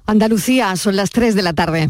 Andalucía, son las 3 de la tarde.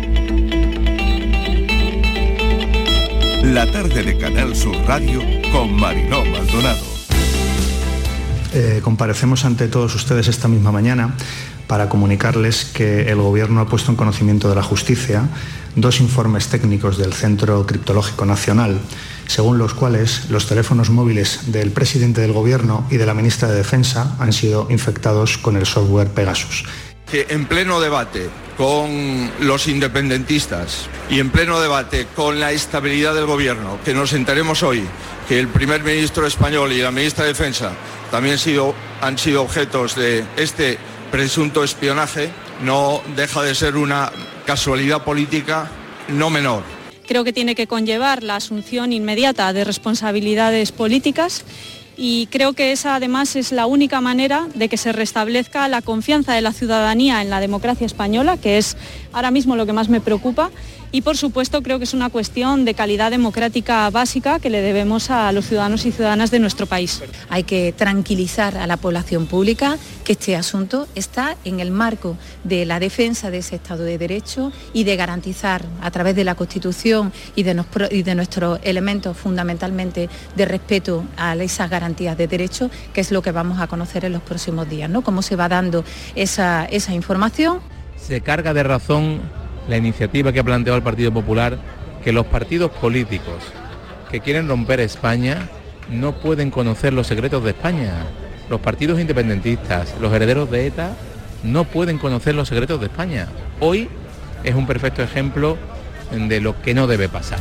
La tarde de Canal Sur Radio con Mariló Maldonado. Comparecemos ante todos ustedes esta misma mañana para comunicarles que el Gobierno ha puesto en conocimiento de la Justicia 2 informes técnicos del Centro Criptológico Nacional, según los cuales los teléfonos móviles del presidente del Gobierno y de la ministra de Defensa han sido infectados con el software Pegasus. Que en pleno debate con los independentistas y en pleno debate con la estabilidad del Gobierno, que nos enteremos hoy que el primer ministro español y la ministra de Defensa también han sido objetos de este presunto espionaje, no deja de ser una casualidad política no menor. Creo que tiene que conllevar la asunción inmediata de responsabilidades políticas y creo que esa además es la única manera de que se restablezca la confianza de la ciudadanía en la democracia española, que es ahora mismo lo que más me preocupa, y por supuesto creo que es una cuestión de calidad democrática básica que le debemos a los ciudadanos y ciudadanas de nuestro país. Hay que tranquilizar a la población pública que este asunto está en el marco de la defensa de ese Estado de Derecho y de garantizar a través de la Constitución y de nuestros elementos fundamentalmente de respeto a esas garantías de derecho, que es lo que vamos a conocer en los próximos días, ¿no? Cómo se va dando esa información. Se carga de razón la iniciativa que ha planteado el Partido Popular, que los partidos políticos que quieren romper España no pueden conocer los secretos de España. Los partidos independentistas, los herederos de ETA, no pueden conocer los secretos de España. Hoy es un perfecto ejemplo de lo que no debe pasar.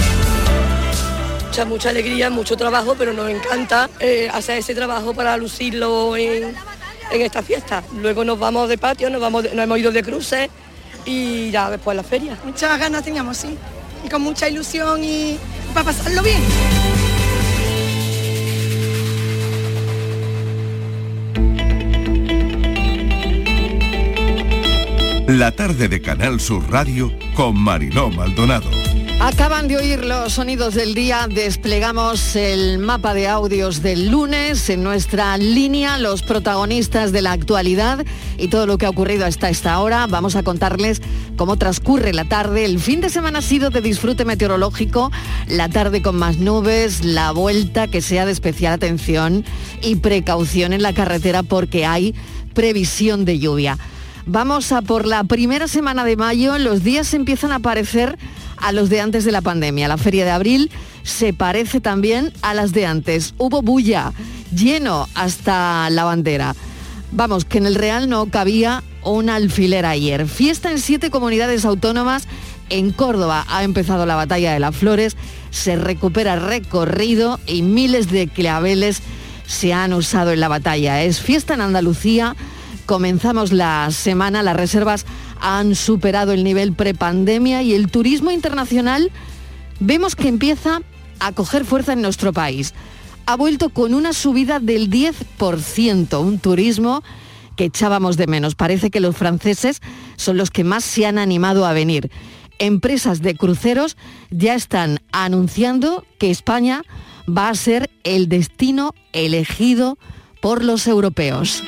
Mucha alegría, mucho trabajo, pero nos encanta hacer ese trabajo para lucirlo en esta fiesta. Luego nos vamos de patio, nos hemos ido de cruces y ya después la feria. Muchas ganas teníamos, sí, y con mucha ilusión y para pasarlo bien. La tarde de Canal Sur Radio con Mariló Maldonado. Acaban de oír los sonidos del día, desplegamos el mapa de audios del lunes en nuestra línea, los protagonistas de la actualidad y todo lo que ha ocurrido hasta esta hora. Vamos a contarles cómo transcurre la tarde. El fin de semana ha sido de disfrute meteorológico, la tarde con más nubes, la vuelta que sea de especial atención y precaución en la carretera porque hay previsión de lluvia. Vamos a por la primera semana de mayo, los días empiezan a parecer a los de antes de la pandemia. La feria de abril se parece también a las de antes. Hubo bulla, lleno hasta la bandera. Vamos, que en el Real no cabía un alfiler ayer. Fiesta en 7 comunidades autónomas. En Córdoba ha empezado la batalla de las flores, se recupera recorrido y miles de claveles se han usado en la batalla. Es fiesta en Andalucía. Comenzamos la semana, las reservas han superado el nivel prepandemia y el turismo internacional vemos que empieza a coger fuerza en nuestro país. Ha vuelto con una subida del 10%, un turismo que echábamos de menos. Parece que los franceses son los que más se han animado a venir. Empresas de cruceros ya están anunciando que España va a ser el destino elegido por los europeos.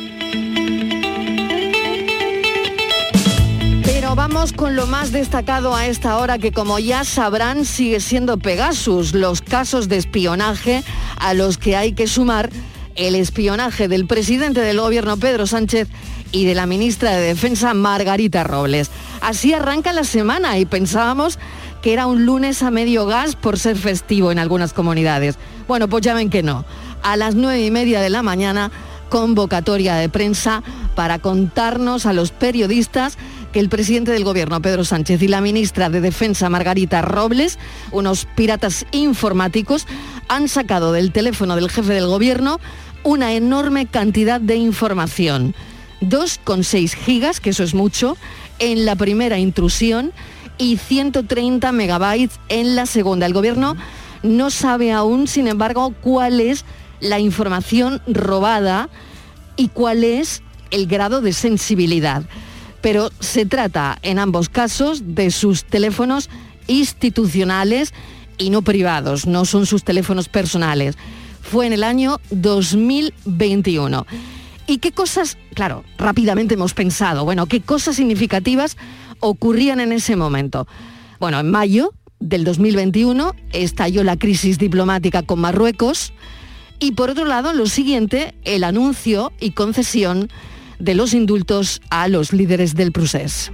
Pero vamos con lo más destacado a esta hora, que como ya sabrán sigue siendo Pegasus, los casos de espionaje a los que hay que sumar el espionaje del presidente del Gobierno Pedro Sánchez y de la ministra de Defensa Margarita Robles. Así arranca la semana y pensábamos que era un lunes a medio gas por ser festivo en algunas comunidades. Bueno, pues ya ven que no. A las 9:30 de la mañana, convocatoria de prensa para contarnos a los periodistas que el presidente del Gobierno, Pedro Sánchez, y la ministra de Defensa, Margarita Robles, unos piratas informáticos, han sacado del teléfono del jefe del Gobierno una enorme cantidad de información. 2,6 gigas, que eso es mucho, en la primera intrusión y 130 megabytes en la segunda. El Gobierno no sabe aún, sin embargo, cuál es la información robada y cuál es el grado de sensibilidad. Pero se trata, en ambos casos, de sus teléfonos institucionales y no privados, no son sus teléfonos personales. Fue en el año 2021. ¿Y qué cosas, claro, rápidamente hemos pensado, bueno, qué cosas significativas ocurrían en ese momento? Bueno, en mayo del 2021 estalló la crisis diplomática con Marruecos y por otro lado, lo siguiente, el anuncio y concesión de los indultos a los líderes del procés.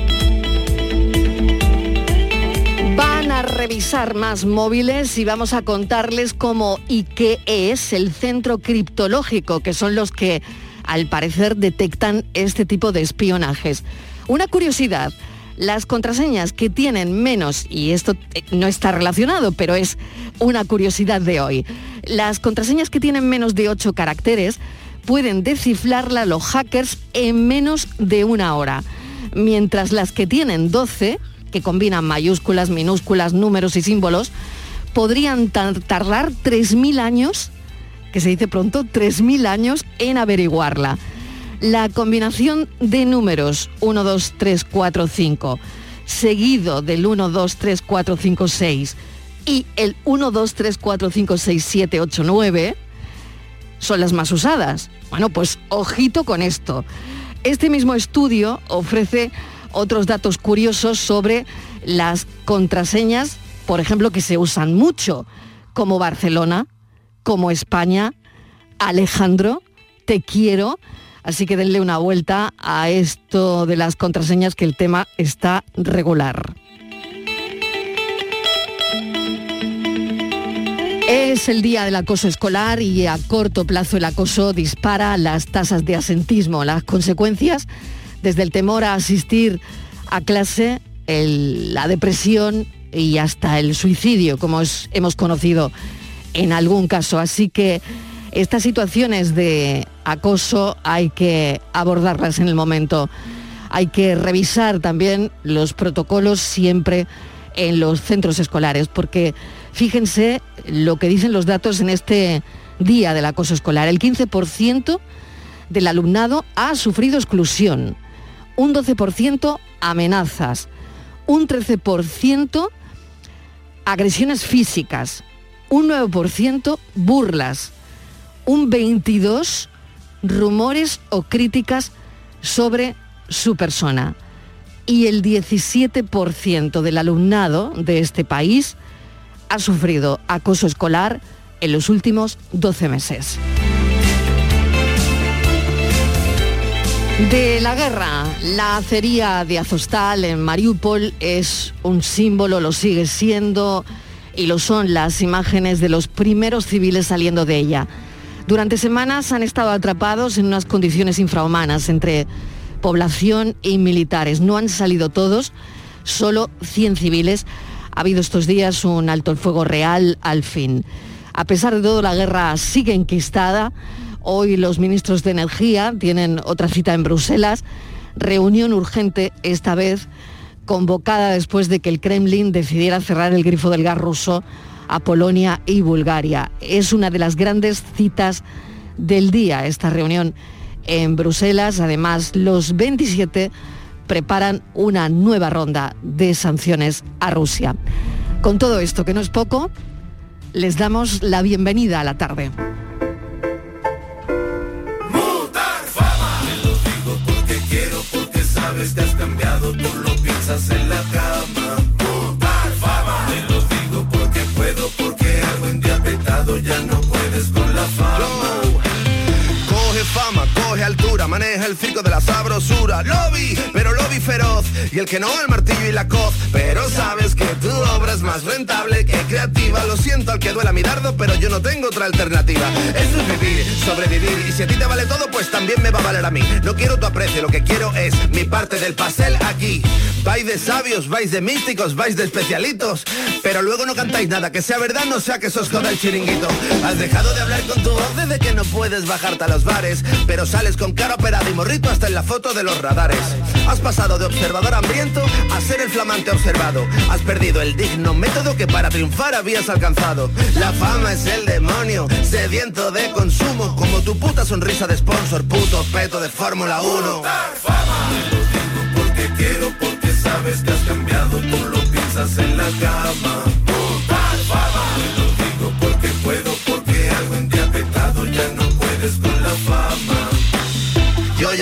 Van a revisar más móviles y vamos a contarles cómo y qué es el centro criptológico, que son los que al parecer detectan este tipo de espionajes. Una curiosidad, las contraseñas que tienen menos, y esto no está relacionado, pero es una curiosidad de hoy, las contraseñas que tienen menos de 8 caracteres pueden descifrarla los hackers en menos de una hora, mientras las que tienen 12, que combinan mayúsculas, minúsculas, números y símbolos, podrían tardar 3.000 años, que se dice pronto, 3.000 años en averiguarla. La combinación de números 1, 2, 3, 4, 5, seguido del 1, 2, 3, 4, 5, 6 y el 1, 2, 3, 4, 5, 6, 7, 8, 9 son las más usadas. Bueno, pues ojito con esto. Este mismo estudio ofrece otros datos curiosos sobre las contraseñas, por ejemplo, que se usan mucho, como Barcelona, como España, Alejandro, te quiero. Así que denle una vuelta a esto de las contraseñas, que el tema está regular. Es el día del acoso escolar y a corto plazo el acoso dispara las tasas de absentismo. Las consecuencias, desde el temor a asistir a clase, la depresión y hasta el suicidio, como hemos conocido en algún caso. Así que estas situaciones de acoso hay que abordarlas en el momento. Hay que revisar también los protocolos siempre en los centros escolares, porque fíjense lo que dicen los datos en este día del acoso escolar. El 15% del alumnado ha sufrido exclusión, un 12% amenazas, un 13% agresiones físicas, un 9% burlas, un 22% rumores o críticas sobre su persona. Y el 17% del alumnado de este país ha sufrido acoso escolar en los últimos 12 meses. De la guerra, la acería de Azovstal en Mariupol es un símbolo, lo sigue siendo, y lo son las imágenes de los primeros civiles saliendo de ella. Durante semanas han estado atrapados en unas condiciones infrahumanas entre población y militares. No han salido todos, solo 100 civiles. Ha habido estos días un alto el fuego real al fin. A pesar de todo, la guerra sigue enquistada. Hoy los ministros de Energía tienen otra cita en Bruselas, reunión urgente, esta vez convocada después de que el Kremlin decidiera cerrar el grifo del gas ruso a Polonia y Bulgaria. Es una de las grandes citas del día, esta reunión en Bruselas. Además, los 27 preparan una nueva ronda de sanciones a Rusia. Con todo esto, que no es poco, les damos la bienvenida a la tarde. Sabes que has cambiado, tú lo piensas en la cama. Mutar fama. Te lo digo porque puedo, porque algo endiapetado ya no puedes con la fama. Coge fama, coge altura, maneja el circo de la sabrosura. Lo vi, pero lo vi feroz. Y el que no, el martillo y la coz. Pero sabes que tu obra es más rentable que creativa. Lo siento al que duela mi dardo, pero yo no tengo otra alternativa. Eso es vivir, sobrevivir. Y si a ti te vale todo, pues también me va a valer a mí. No quiero tu aprecio, lo que quiero es mi parte del pastel aquí. Vais de sabios, vais de místicos, vais de especialitos, pero luego no cantáis nada, que sea verdad, no sea que sos joda el chiringuito. Has dejado de hablar con tu voz desde que no puedes bajarte a los bares, pero sales con cara operada y morrito hasta en la foto de los radares. Has pasado de observador hambriento a ser el flamante observado. Has perdido el digno método que para triunfar habías alcanzado. La fama es el demonio, sediento de consumo, como tu puta sonrisa de sponsor, puto peto de Fórmula 1. Fama. Te lo digo porque quiero, porque sabes que has cambiado, tú lo piensas en la cama. Fama. Te lo digo porque puedo, porque algo endiapetado ya no puedes con la fama.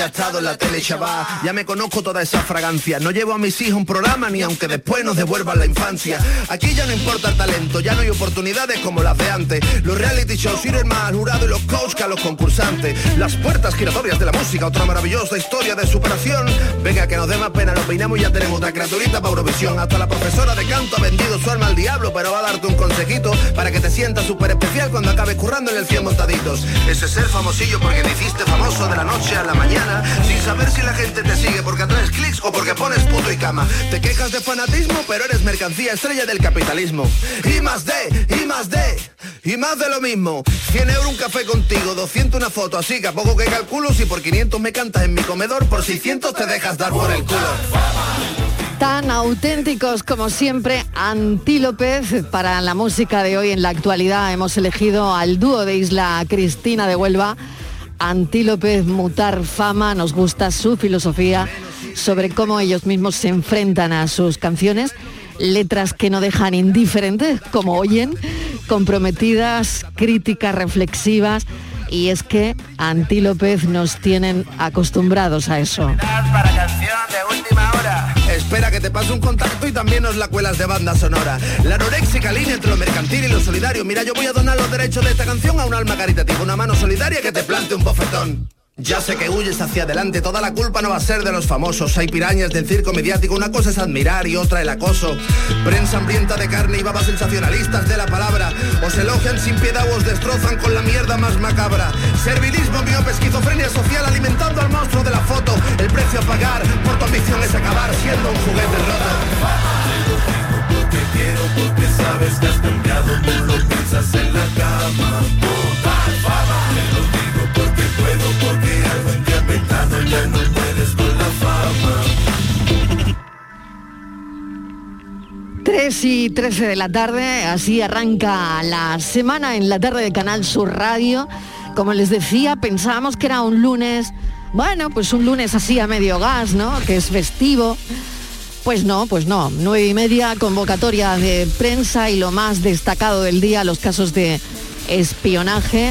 ha estado en la tele, chaval. Ya me conozco toda esa fragancia. No llevo a mis hijos un programa ni aunque después nos devuelvan la infancia. Aquí ya no importa el talento, ya no hay oportunidades como las de antes. Los reality shows sirven más al jurado y los coach que a los concursantes. Las puertas giratorias de la música, otra maravillosa historia de superación. Venga, que nos dé más pena, lo peinamos y ya tenemos otra criaturita para Eurovisión. Hasta la profesora de canto ha vendido su alma al diablo, pero va a darte un consejito para que te sientas súper especial cuando acabes currando en el 100 montaditos. Ese ser famosillo porque te hiciste famoso de la noche a la mañana, sin saber si la gente te sigue porque atraes clics o porque pones puto y cama. Te quejas de fanatismo, pero eres mercancía estrella del capitalismo. Y más de lo mismo. 100 euros un café contigo, 200 una foto, así que a poco que calculo, si por 500 me cantas en mi comedor, por 600 te dejas dar por el culo. Tan auténticos como siempre, Antílopez. Para la música de hoy en la actualidad hemos elegido al dúo de Isla Cristina de Huelva, Antílopez Mutar Fama. Nos gusta su filosofía sobre cómo ellos mismos se enfrentan a sus canciones, letras que no dejan indiferentes, como oyen, comprometidas, críticas, reflexivas, y es que Antílopez nos tienen acostumbrados a eso. Para canción de última hora. Espera que te pase un contacto y también nos la cuelas de banda sonora. La anoréxica línea entre lo mercantil y lo solidario. Mira, yo voy a donar los derechos de esta canción a un alma caritativa, una mano solidaria que te plante un bofetón. Ya sé que huyes hacia adelante, toda la culpa no va a ser de los famosos. Hay pirañas del circo mediático, una cosa es admirar y otra el acoso. Prensa hambrienta de carne y babas sensacionalistas de la palabra. Os elogian sin piedad o os destrozan con la mierda más macabra. Servilismo, miope, esquizofrenia social alimentando al monstruo de la foto. El precio a pagar por tu ambición es acabar siendo un juguete roto. Porque quiero, porque sabes que has cambiado, tú lo piensas en la cama. Te lo digo porque puedo, porque algo en ti ha petado, ya no puedes con la fama. 3:13 de la tarde, así arranca la semana en la tarde de Canal Sur Radio. Como les decía, pensábamos que era un lunes, bueno, pues un lunes así a medio gas, ¿no? Que es festivo. Pues no, 9:30, convocatoria de prensa y lo más destacado del día, los casos de espionaje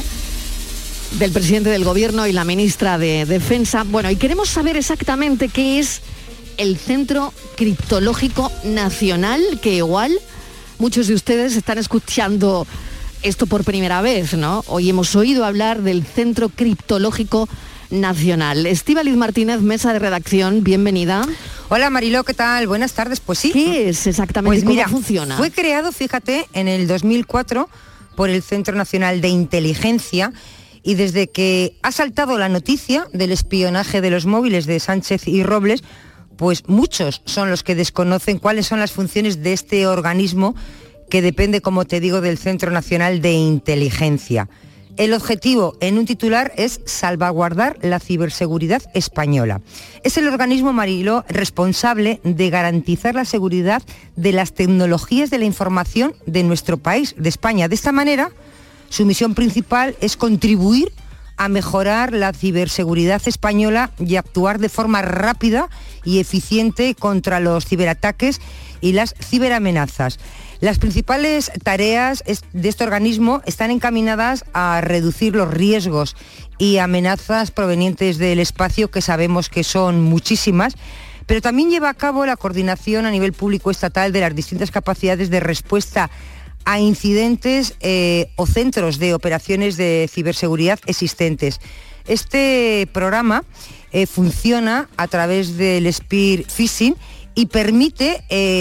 del presidente del gobierno y la ministra de Defensa. Bueno, y queremos saber exactamente qué es el Centro Criptológico Nacional, que igual muchos de ustedes están escuchando esto por primera vez, ¿no? Hoy hemos oído hablar del Centro Criptológico Nacional. Estíbaliz Martínez, mesa de redacción, bienvenida. Hola Mariló, ¿qué tal? Buenas tardes. Pues sí. ¿Qué es exactamente? Pues mira, ¿cómo funciona? Fue creado, fíjate, en el 2004 por el Centro Nacional de Inteligencia, y desde que ha saltado la noticia del espionaje de los móviles de Sánchez y Robles, pues muchos son los que desconocen cuáles son las funciones de este organismo que depende, como te digo, del Centro Nacional de Inteligencia. El objetivo, en un titular, es salvaguardar la ciberseguridad española. Es el organismo, Mariló, responsable de garantizar la seguridad de las tecnologías de la información de nuestro país, de España. De esta manera, su misión principal es contribuir a mejorar la ciberseguridad española y actuar de forma rápida y eficiente contra los ciberataques y las ciberamenazas. Las principales tareas de este organismo están encaminadas a reducir los riesgos y amenazas provenientes del espacio, que sabemos que son muchísimas, pero también lleva a cabo la coordinación a nivel público estatal de las distintas capacidades de respuesta a incidentes o centros de operaciones de ciberseguridad existentes. Este programa funciona a través del spear phishing y permite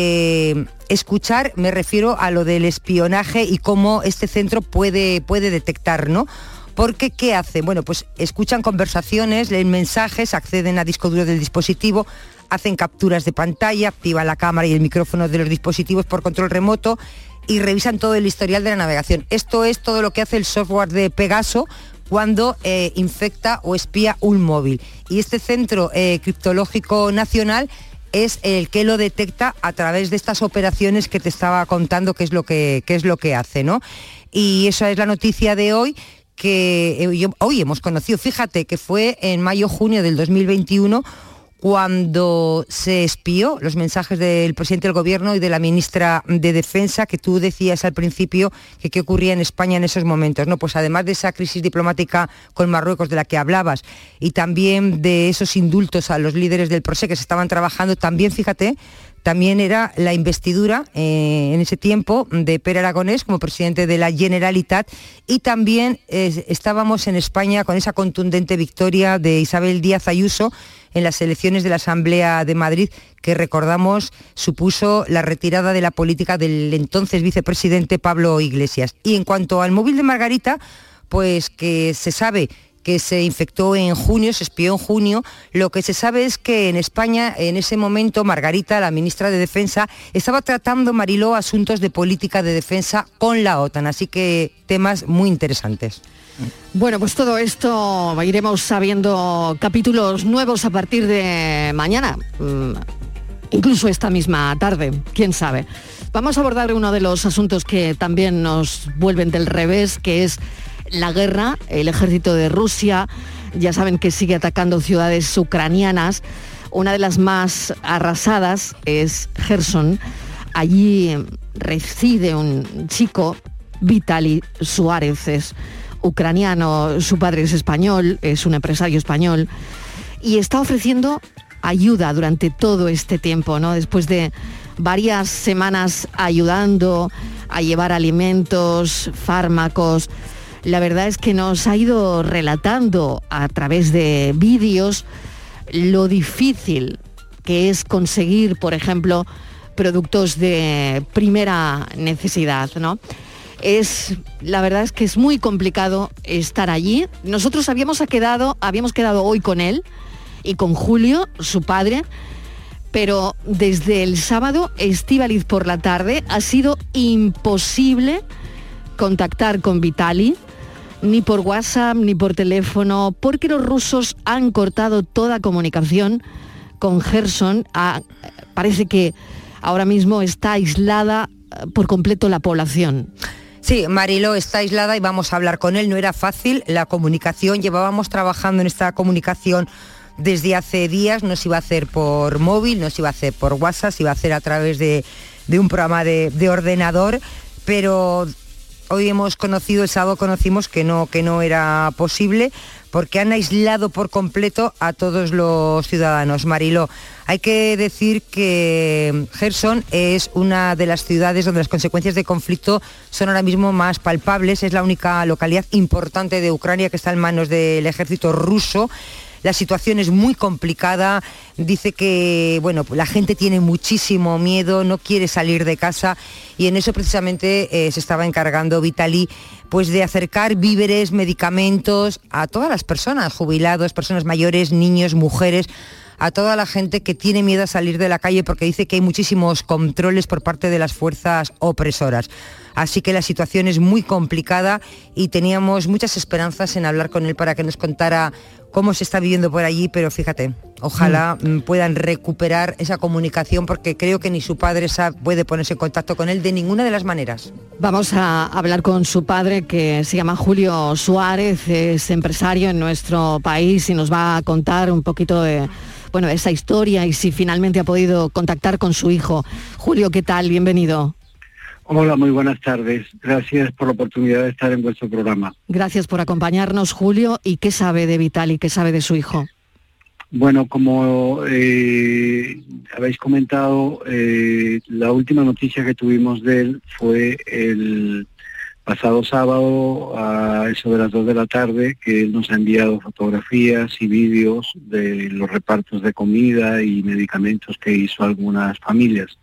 escuchar, me refiero a lo del espionaje y cómo este centro puede detectar, ¿no? Porque, ¿qué hacen? Bueno, pues escuchan conversaciones, leen mensajes, acceden a disco duro del dispositivo, hacen capturas de pantalla, activan la cámara y el micrófono de los dispositivos por control remoto y revisan todo el historial de la navegación. Esto es todo lo que hace el software de Pegaso cuando infecta o espía un móvil. Y este Centro Criptológico Nacional es el que lo detecta a través de estas operaciones que te estaba contando, qué es lo que hace, ¿no? Y esa es la noticia de hoy, que hoy hemos conocido. Fíjate que fue en mayo-junio del 2021 cuando se espió los mensajes del presidente del gobierno y de la ministra de Defensa, que tú decías al principio que qué ocurría en España en esos momentos, ¿no? Pues además de esa crisis diplomática con Marruecos de la que hablabas y también de esos indultos a los líderes del procés que se estaban trabajando, también, fíjate, también era la investidura en ese tiempo de Pere Aragonés como presidente de la Generalitat, y también estábamos en España con esa contundente victoria de Isabel Díaz Ayuso en las elecciones de la Asamblea de Madrid, que recordamos supuso la retirada de la política del entonces vicepresidente Pablo Iglesias. Y en cuanto al móvil de Margarita, pues que se sabe que se infectó en junio, se espió en junio. Lo que se sabe es que en España, en ese momento, Margarita, la ministra de Defensa, estaba tratando, Mariló, asuntos de política de defensa con la OTAN, así que temas muy interesantes. Bueno, pues todo esto iremos sabiendo capítulos nuevos a partir de mañana, incluso esta misma tarde, quién sabe. Vamos a abordar uno de los asuntos que también nos vuelven del revés, que es la guerra. El ejército de Rusia, ya saben que sigue atacando ciudades ucranianas. Una de las más arrasadas es Gerson. Allí reside un chico, Vitaly Suárez, es ucraniano, su padre es español, es un empresario español, y está ofreciendo ayuda durante todo este tiempo, ¿no? Después de varias semanas ayudando a llevar alimentos, fármacos. La verdad es que nos ha ido relatando a través de vídeos lo difícil que es conseguir, por ejemplo, productos de primera necesidad, ¿no? La verdad es que es muy complicado estar allí. Nosotros habíamos quedado hoy con él y con Julio, su padre, pero desde el sábado, Estíbaliz, por la tarde, ha sido imposible contactar con Vitaly, ni por WhatsApp, ni por teléfono, porque los rusos han cortado toda comunicación con Gerson. Parece que ahora mismo está aislada por completo la población. Sí, Mariló está aislada y vamos a hablar con él. No era fácil la comunicación, llevábamos trabajando en esta comunicación desde hace días. No se iba a hacer por móvil, no se iba a hacer por WhatsApp, se iba a hacer a través de un programa de ordenador, pero hoy hemos conocido, el sábado conocimos que no era posible, porque han aislado por completo a todos los ciudadanos. Mariló, hay que decir que Gerson es una de las ciudades donde las consecuencias de conflicto son ahora mismo más palpables. Es la única localidad importante de Ucrania que está en manos del ejército ruso. La situación es muy complicada. Dice que la gente tiene muchísimo miedo, no quiere salir de casa, y en eso precisamente se estaba encargando Vitaly, pues de acercar víveres, medicamentos a todas las personas, jubilados, personas mayores, niños, mujeres, a toda la gente que tiene miedo a salir de la calle, porque dice que hay muchísimos controles por parte de las fuerzas opresoras. Así que la situación es muy complicada y teníamos muchas esperanzas en hablar con él para que nos contara cómo se está viviendo por allí, pero fíjate, ojalá puedan recuperar esa comunicación, porque creo que ni su padre puede ponerse en contacto con él de ninguna de las maneras. Vamos a hablar con su padre, que se llama Julio Suárez, es empresario en nuestro país y nos va a contar un poquito de esa historia y si finalmente ha podido contactar con su hijo. Julio, ¿qué tal? Bienvenido. Hola, muy buenas tardes. Gracias por la oportunidad de estar en vuestro programa. Gracias por acompañarnos, Julio. ¿Y qué sabe de Vitaly, qué sabe de su hijo? Bueno, como habéis comentado, la última noticia que tuvimos de él fue el pasado sábado a eso de las 2 de la tarde, que él nos ha enviado fotografías y vídeos de los repartos de comida y medicamentos que hizo a algunas familias.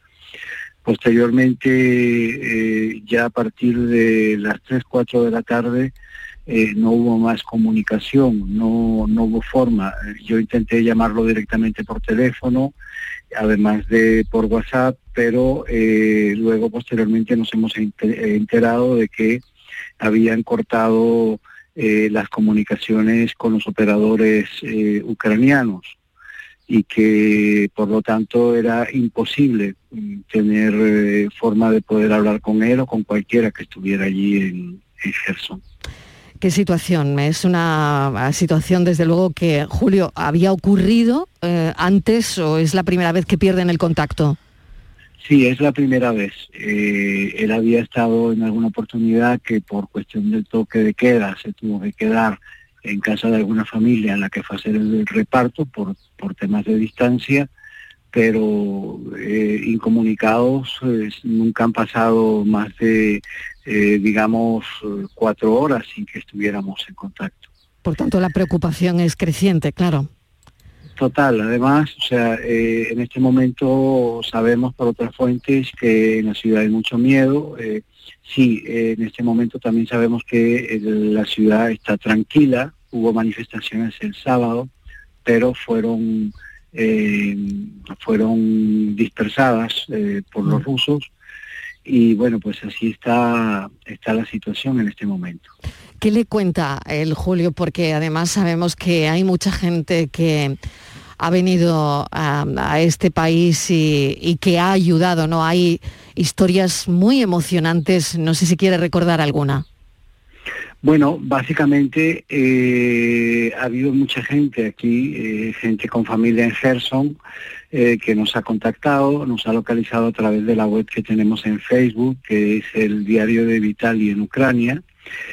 Posteriormente, ya a partir de las 3, 4 de la tarde, no hubo más comunicación, no hubo forma. Yo intenté llamarlo directamente por teléfono, además de por WhatsApp, pero luego posteriormente nos hemos enterado de que habían cortado las comunicaciones con los operadores ucranianos, y que por lo tanto era imposible tener forma de poder hablar con él o con cualquiera que estuviera allí en Gerson. Qué situación, es una situación desde luego que, Julio, ¿había ocurrido antes o es la primera vez que pierden el contacto? Sí, es la primera vez. Él había estado en alguna oportunidad que por cuestión del toque de queda se tuvo que quedar en casa de alguna familia en la que fue a hacer el reparto por temas de distancia, pero incomunicados nunca han pasado más de, 4 horas sin que estuviéramos en contacto. Por tanto, la preocupación es creciente, claro. Total, además, en este momento sabemos por otras fuentes que en la ciudad hay mucho miedo. En este momento también sabemos que la ciudad está tranquila. Hubo manifestaciones el sábado, pero fueron dispersadas por los rusos. Y bueno, pues así está la situación en este momento. ¿Qué le cuenta el Julio? Porque además sabemos que hay mucha gente que ha venido a este país y que ha ayudado, ¿no? Hay historias muy emocionantes, no sé si quiere recordar alguna. Bueno, básicamente ha habido mucha gente aquí, gente con familia en Gerson, que nos ha contactado, nos ha localizado a través de la web que tenemos en Facebook, que es el diario de Vitali en Ucrania,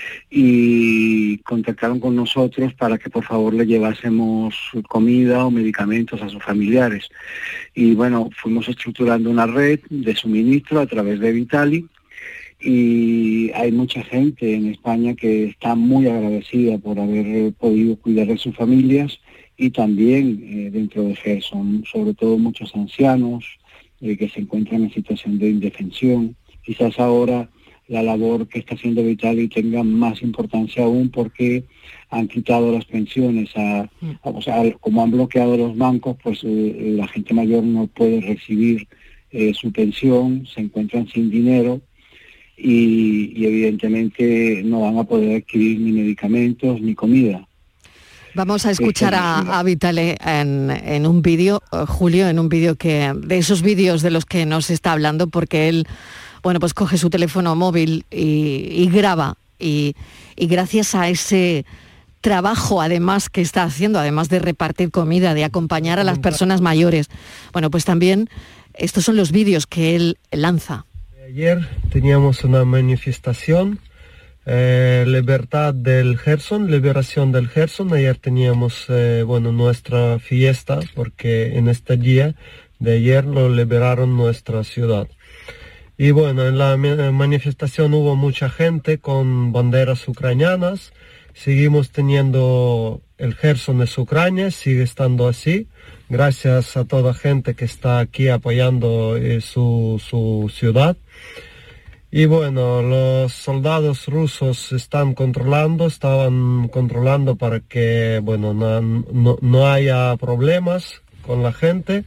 y contactaron con nosotros para que por favor le llevásemos comida o medicamentos a sus familiares. Y bueno, fuimos estructurando una red de suministro a través de Vitali, y hay mucha gente en España que está muy agradecida por haber podido cuidar de sus familias, y también dentro de Gerson, sobre todo muchos ancianos que se encuentran en situación de indefensión. Quizás ahora la labor que está haciendo Vitali tenga más importancia aún, porque han quitado las pensiones, como han bloqueado los bancos, pues la gente mayor no puede recibir su pensión, se encuentran sin dinero y evidentemente no van a poder adquirir ni medicamentos ni comida. Vamos a escuchar a Vitali en un vídeo, Julio, en un vídeo de esos vídeos de los que nos está hablando, porque él, bueno, pues coge su teléfono móvil y graba, y gracias a ese trabajo además que está haciendo, además de repartir comida, de acompañar a las personas mayores, bueno, pues también estos son los vídeos que él lanza. Ayer teníamos una manifestación, libertad del Gerson, liberación del Gerson. Ayer teníamos nuestra fiesta, porque en este día de ayer lo liberaron nuestra ciudad. Y bueno, en la manifestación hubo mucha gente con banderas ucranianas. Seguimos teniendo el Gerson es Ucrania, sigue estando así. Gracias a toda gente que está aquí apoyando su ciudad. Y bueno, los soldados rusos estaban controlando para que no haya problemas con la gente.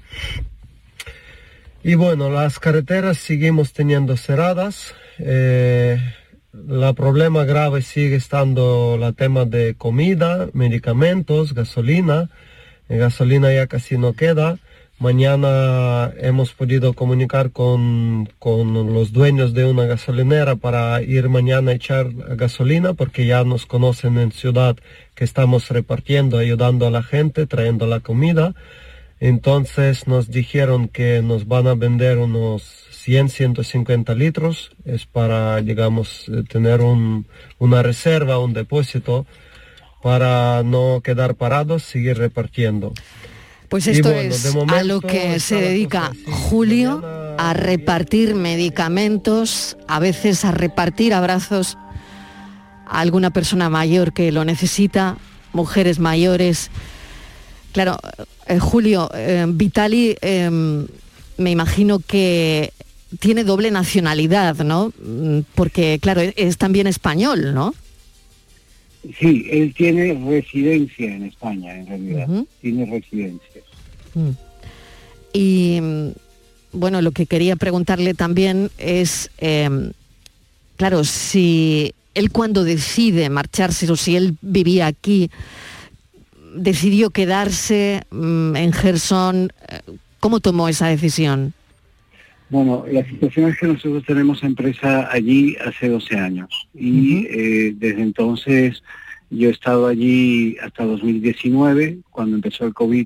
Y bueno, las carreteras seguimos teniendo cerradas. El problema grave sigue estando el tema de comida, medicamentos, gasolina. Gasolina ya casi no queda. Mañana hemos podido comunicar con los dueños de una gasolinera para ir mañana a echar gasolina, porque ya nos conocen en ciudad que estamos repartiendo, ayudando a la gente, trayendo la comida. Entonces nos dijeron que nos van a vender unos 150 litros, es para, tener una reserva, un depósito, para no quedar parados, seguir repartiendo. Pues esto es a lo que se dedica Julio, a repartir medicamentos, a veces a repartir abrazos a alguna persona mayor que lo necesita, mujeres mayores. Claro, Julio, Vitali, me imagino que tiene doble nacionalidad, ¿no? Porque, claro, es también español, ¿no? Sí, él tiene residencia en España, en realidad. Tiene residencia. Y, bueno, lo que quería preguntarle también es, claro, si él cuando decide marcharse, o si él vivía aquí, decidió quedarse en Gerson, ¿cómo tomó esa decisión? Bueno, la situación es que nosotros tenemos empresa allí hace 12 años y desde entonces yo he estado allí hasta 2019, cuando empezó el COVID.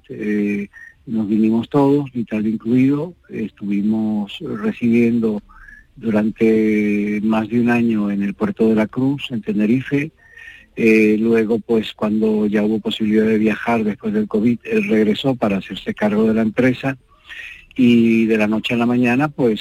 Nos vinimos todos, Vital incluido, estuvimos residiendo durante más de un año en el puerto de la Cruz, en Tenerife. Luego, pues cuando ya hubo posibilidad de viajar después del COVID, él regresó para hacerse cargo de la empresa y de la noche a la mañana, pues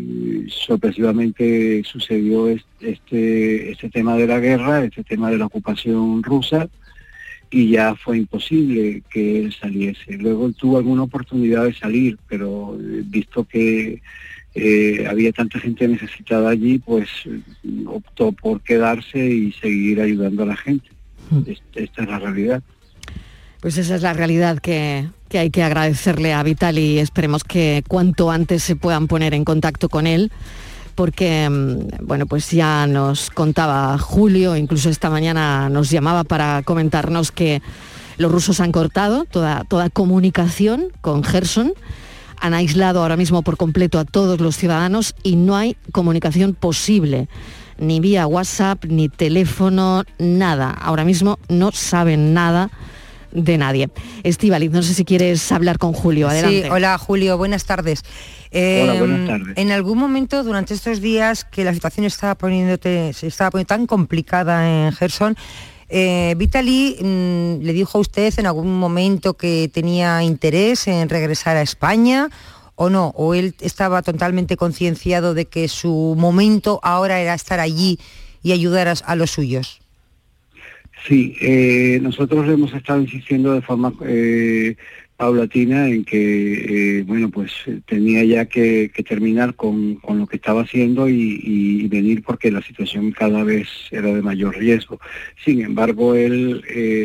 sorpresivamente sucedió este tema de la guerra, este tema de la ocupación rusa, y ya fue imposible que él saliese. Luego él tuvo alguna oportunidad de salir, pero visto que había tanta gente necesitada allí, pues optó por quedarse y seguir ayudando a la gente. Esta es la realidad. Pues esa es la realidad que hay que agradecerle a Vital, y esperemos que cuanto antes se puedan poner en contacto con él, porque, bueno, pues ya nos contaba Julio, incluso esta mañana nos llamaba para comentarnos que los rusos han cortado toda comunicación con Gerson, han aislado ahora mismo por completo a todos los ciudadanos y no hay comunicación posible, ni vía WhatsApp, ni teléfono, nada. Ahora mismo no saben nada de nadie. Estíbaliz, no sé si quieres hablar con Julio, adelante. Sí, hola Julio, buenas tardes. Hola, buenas tardes. En algún momento durante estos días que la situación se estaba poniendo tan complicada en Gerson, Vitaly le dijo a usted en algún momento que tenía interés en regresar a España o no, o él estaba totalmente concienciado de que su momento ahora era estar allí y ayudar a los suyos. Sí, nosotros hemos estado insistiendo de forma paulatina en que, bueno, pues tenía ya que terminar con lo que estaba haciendo y venir, porque la situación cada vez era de mayor riesgo. Sin embargo, él,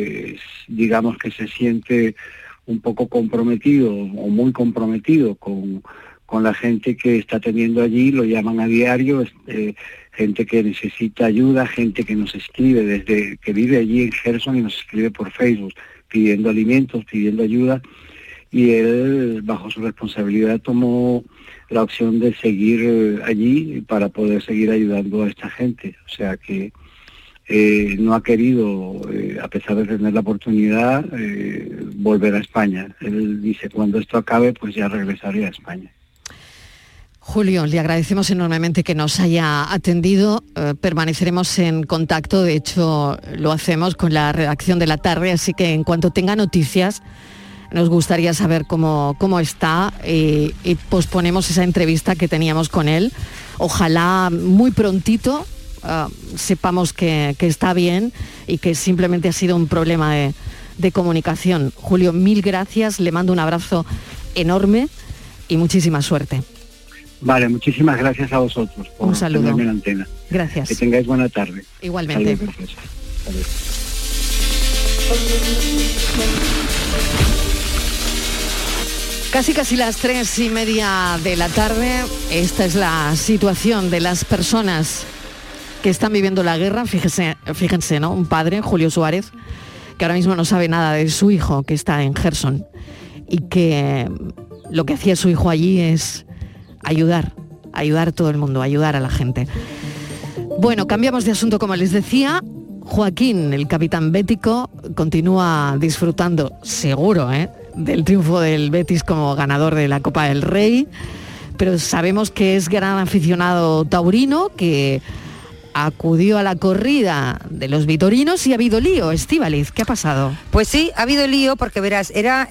digamos que se siente un poco comprometido o muy comprometido con la gente que está teniendo allí, lo llaman a diario, gente que necesita ayuda, gente que nos escribe desde que vive allí en Gerson y nos escribe por Facebook pidiendo alimentos, pidiendo ayuda, y él bajo su responsabilidad tomó la opción de seguir allí para poder seguir ayudando a esta gente. O sea que no ha querido, a pesar de tener la oportunidad, volver a España. Él dice, cuando esto acabe, pues ya regresaré a España. Julio, le agradecemos enormemente que nos haya atendido, permaneceremos en contacto, de hecho lo hacemos con la redacción de La Tarde, así que en cuanto tenga noticias nos gustaría saber cómo está, y posponemos esa entrevista que teníamos con él. Ojalá muy prontito sepamos que está bien y que simplemente ha sido un problema de comunicación. Julio, mil gracias, le mando un abrazo enorme y muchísima suerte. Vale, muchísimas gracias a vosotros por un saludo. tenerme en la antena. Gracias. Que tengáis buena tarde. Igualmente. Casi las 3:30 de la tarde. Esta es la situación de las personas que están viviendo la guerra. Fíjense, ¿no? Un padre, Julio Suárez, que ahora mismo no sabe nada de su hijo que está en Gerson, y que lo que hacía su hijo allí es ayudar a todo el mundo, ayudar a la gente. Bueno, cambiamos de asunto, como les decía. Joaquín, el capitán bético, continúa disfrutando, seguro, del triunfo del Betis como ganador de la Copa del Rey, pero sabemos que es gran aficionado taurino, que acudió a la corrida de los vitorinos y ha habido lío. Estíbaliz, ¿qué ha pasado? Pues sí, ha habido lío porque verás, era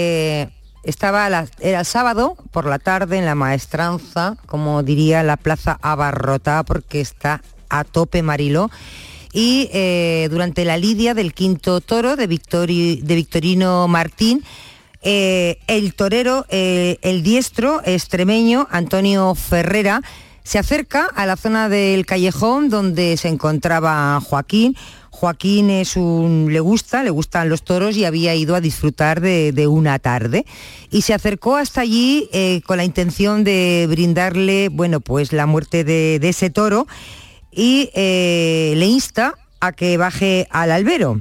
sábado por la tarde en la Maestranza, como diría, la plaza abarrotada porque está a tope, Mariló, y durante la lidia del quinto toro de Victorino Martín, el torero, el diestro extremeño Antonio Ferrera, se acerca a la zona del callejón donde se encontraba Joaquín. Joaquín le gustan los toros y había ido a disfrutar de una tarde. Y se acercó hasta allí con la intención de brindarle, bueno, pues la muerte de ese toro, y le insta a que baje al albero.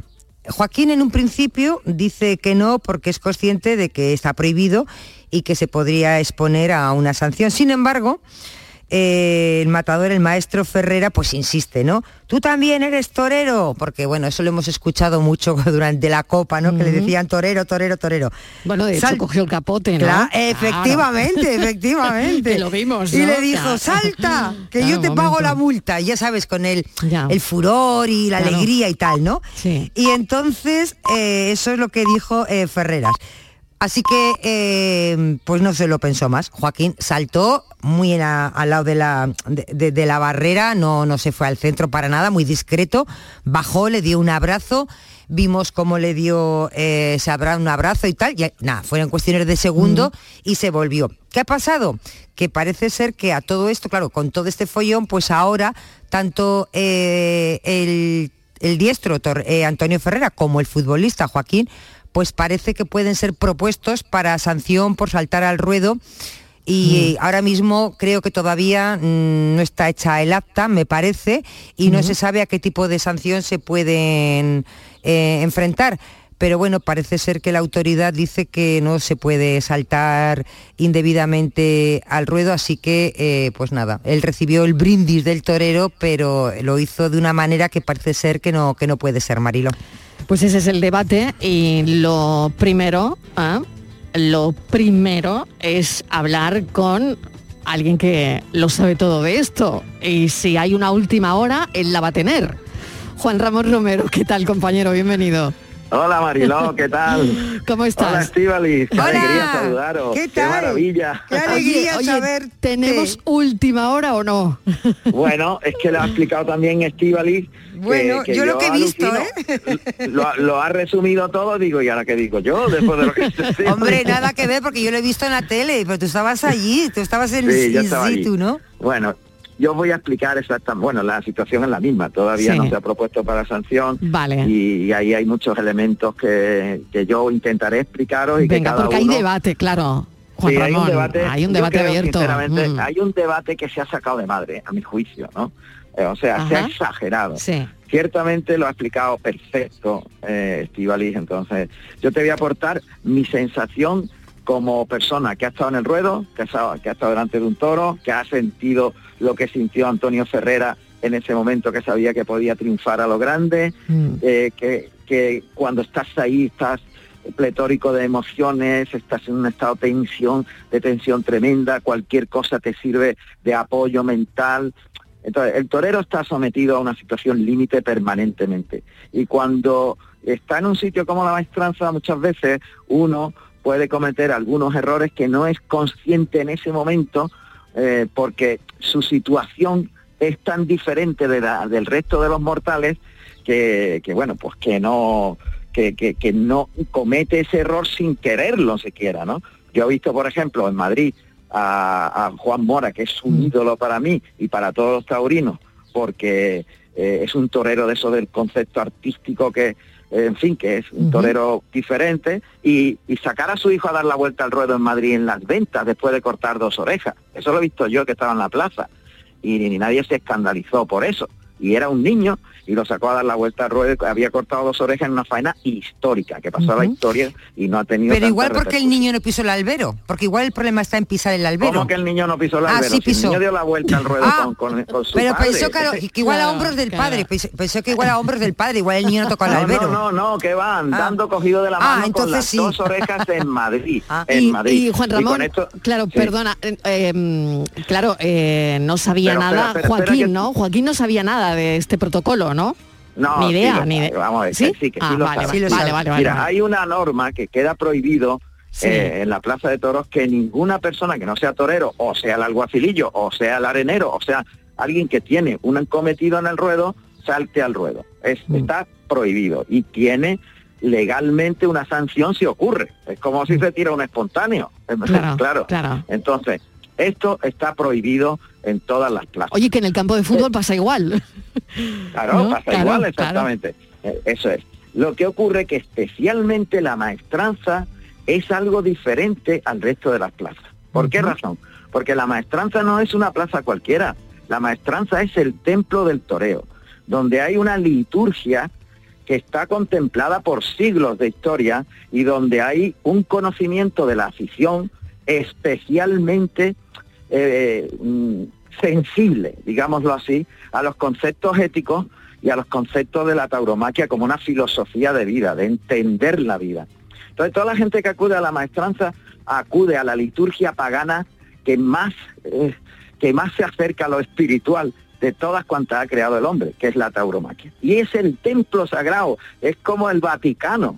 Joaquín en un principio dice que no porque es consciente de que está prohibido y que se podría exponer a una sanción. Sin embargo, el matador, el maestro Ferrera, pues insiste, ¿no? Tú también eres torero, porque bueno, eso lo hemos escuchado mucho durante la Copa, ¿no? Que le decían torero, torero, torero. Bueno, de hecho cogió el capote, ¿no? Efectivamente. Que lo vimos, ¿no? Y le dijo, salta, que yo te pago la multa. Y ya sabes, con el furor y la alegría y tal, ¿no? Sí. Y entonces, eso es lo que dijo Ferreras. Así que, pues no se lo pensó más. Joaquín saltó muy al lado de la barrera, no se fue al centro para nada, muy discreto, bajó, le dio un abrazo, vimos cómo le dio un abrazo y tal, y nada, fueron cuestiones de segundo y se volvió. ¿Qué ha pasado? Que parece ser que a todo esto, claro, con todo este follón, pues ahora tanto el diestro Antonio Ferrera como el futbolista Joaquín, pues parece que pueden ser propuestos para sanción por saltar al ruedo y ahora mismo creo que todavía no está hecha el acta, me parece, y no se sabe a qué tipo de sanción se pueden enfrentar. Pero bueno, parece ser que la autoridad dice que no se puede saltar indebidamente al ruedo, así que, pues nada, él recibió el brindis del torero, pero lo hizo de una manera que parece ser que no puede ser, Marilo. Pues ese es el debate y lo primero es hablar con alguien que lo sabe todo de esto. Y si hay una última hora, él la va a tener. Juan Ramón Romero, ¿qué tal, compañero? Bienvenido. Hola Mariló, ¿qué tal? ¿Cómo estás? Hola Estíbaliz, qué alegría saludaros. ¿Qué tal? Qué maravilla. Qué alegría saber. ¿Tenemos última hora o no? Bueno, es que lo ha explicado también Estíbaliz. Bueno, yo lo que he visto, lo ha resumido todo, digo, ¿y ahora qué digo yo? Después de lo que Hombre, nada que ver, porque yo lo he visto en la tele, pero tú estabas allí, tú estabas en situ, ¿no? Bueno, yo voy a explicar exactamente, bueno, la situación es la misma, todavía no se ha propuesto para sanción. Vale. Y ahí hay muchos elementos que yo intentaré explicaros y venga, que cada porque uno... hay debate, claro. Juan Ramón, hay un debate abierto. Sinceramente, hay un debate que se ha sacado de madre, a mi juicio, ¿no? O sea, se ha exagerado. Sí. Ciertamente lo ha explicado perfecto Estíbaliz, entonces yo te voy a aportar mi sensación como persona que ha estado en el ruedo, que ha estado delante de un toro, que ha sentido lo que sintió Antonio Ferrera en ese momento, que sabía que podía triunfar a lo grande, que cuando estás ahí estás pletórico de emociones, estás en un estado de tensión tremenda, cualquier cosa te sirve de apoyo mental. Entonces, el torero está sometido a una situación límite permanentemente. Y cuando está en un sitio como la maestranza, muchas veces uno puede cometer algunos errores que no es consciente en ese momento, porque su situación es tan diferente del resto de los mortales que bueno, pues que no comete ese error sin quererlo siquiera, ¿no? Yo he visto, por ejemplo, en Madrid a Juan Mora, que es un ídolo para mí y para todos los taurinos, porque es un torero de eso del concepto artístico que, en fin, que es un torero diferente, y sacar a su hijo a dar la vuelta al ruedo en Madrid en las ventas después de cortar 2 orejas. Eso lo he visto yo, que estaba en la plaza, y ni nadie se escandalizó por eso. Y era un niño y lo sacó a dar la vuelta al ruedo, había cortado 2 orejas en una faena histórica, que pasó a la historia y no ha tenido... Pero igual porque el niño no pisó el albero, porque igual el problema está en pisar el albero. ¿Cómo que el niño no pisó el albero? Sí pisó. El niño dio la vuelta al ruedo con su pero padre. Pensó que igual a hombros del padre, pensó que igual a hombros del padre, igual el niño no tocó el albero. No, que va andando cogido de la mano con las 2 orejas en Madrid. Y Juan Ramón, claro, perdona, claro, no sabía nada Joaquín, ¿no? Joaquín no sabía nada de este protocolo, ¿no? No, ni idea, vamos a ver, ¿sí? Sí lo sabe. Vale. Mira, hay una norma que queda prohibido en la Plaza de Toros, que ninguna persona que no sea torero, o sea el alguacilillo, o sea el arenero, o sea alguien que tiene un cometido en el ruedo, salte al ruedo. Está prohibido y tiene legalmente una sanción si ocurre. Es como si se tira un espontáneo. Claro. Entonces, esto está prohibido en todas las plazas. Oye, que en el campo de fútbol pasa igual. Claro, ¿no? Pasa igual, exactamente. Eso es. Lo que ocurre que especialmente la maestranza es algo diferente al resto de las plazas. ¿Por qué razón? Porque la maestranza no es una plaza cualquiera. La maestranza es el templo del toreo, donde hay una liturgia que está contemplada por siglos de historia y donde hay un conocimiento de la afición especialmente sensible, digámoslo así, a los conceptos éticos y a los conceptos de la tauromaquia como una filosofía de vida, de entender la vida. Entonces toda la gente que acude a la maestranza acude a la liturgia pagana que más se acerca a lo espiritual de todas cuantas ha creado el hombre, que es la tauromaquia. Y es el templo sagrado, es como el Vaticano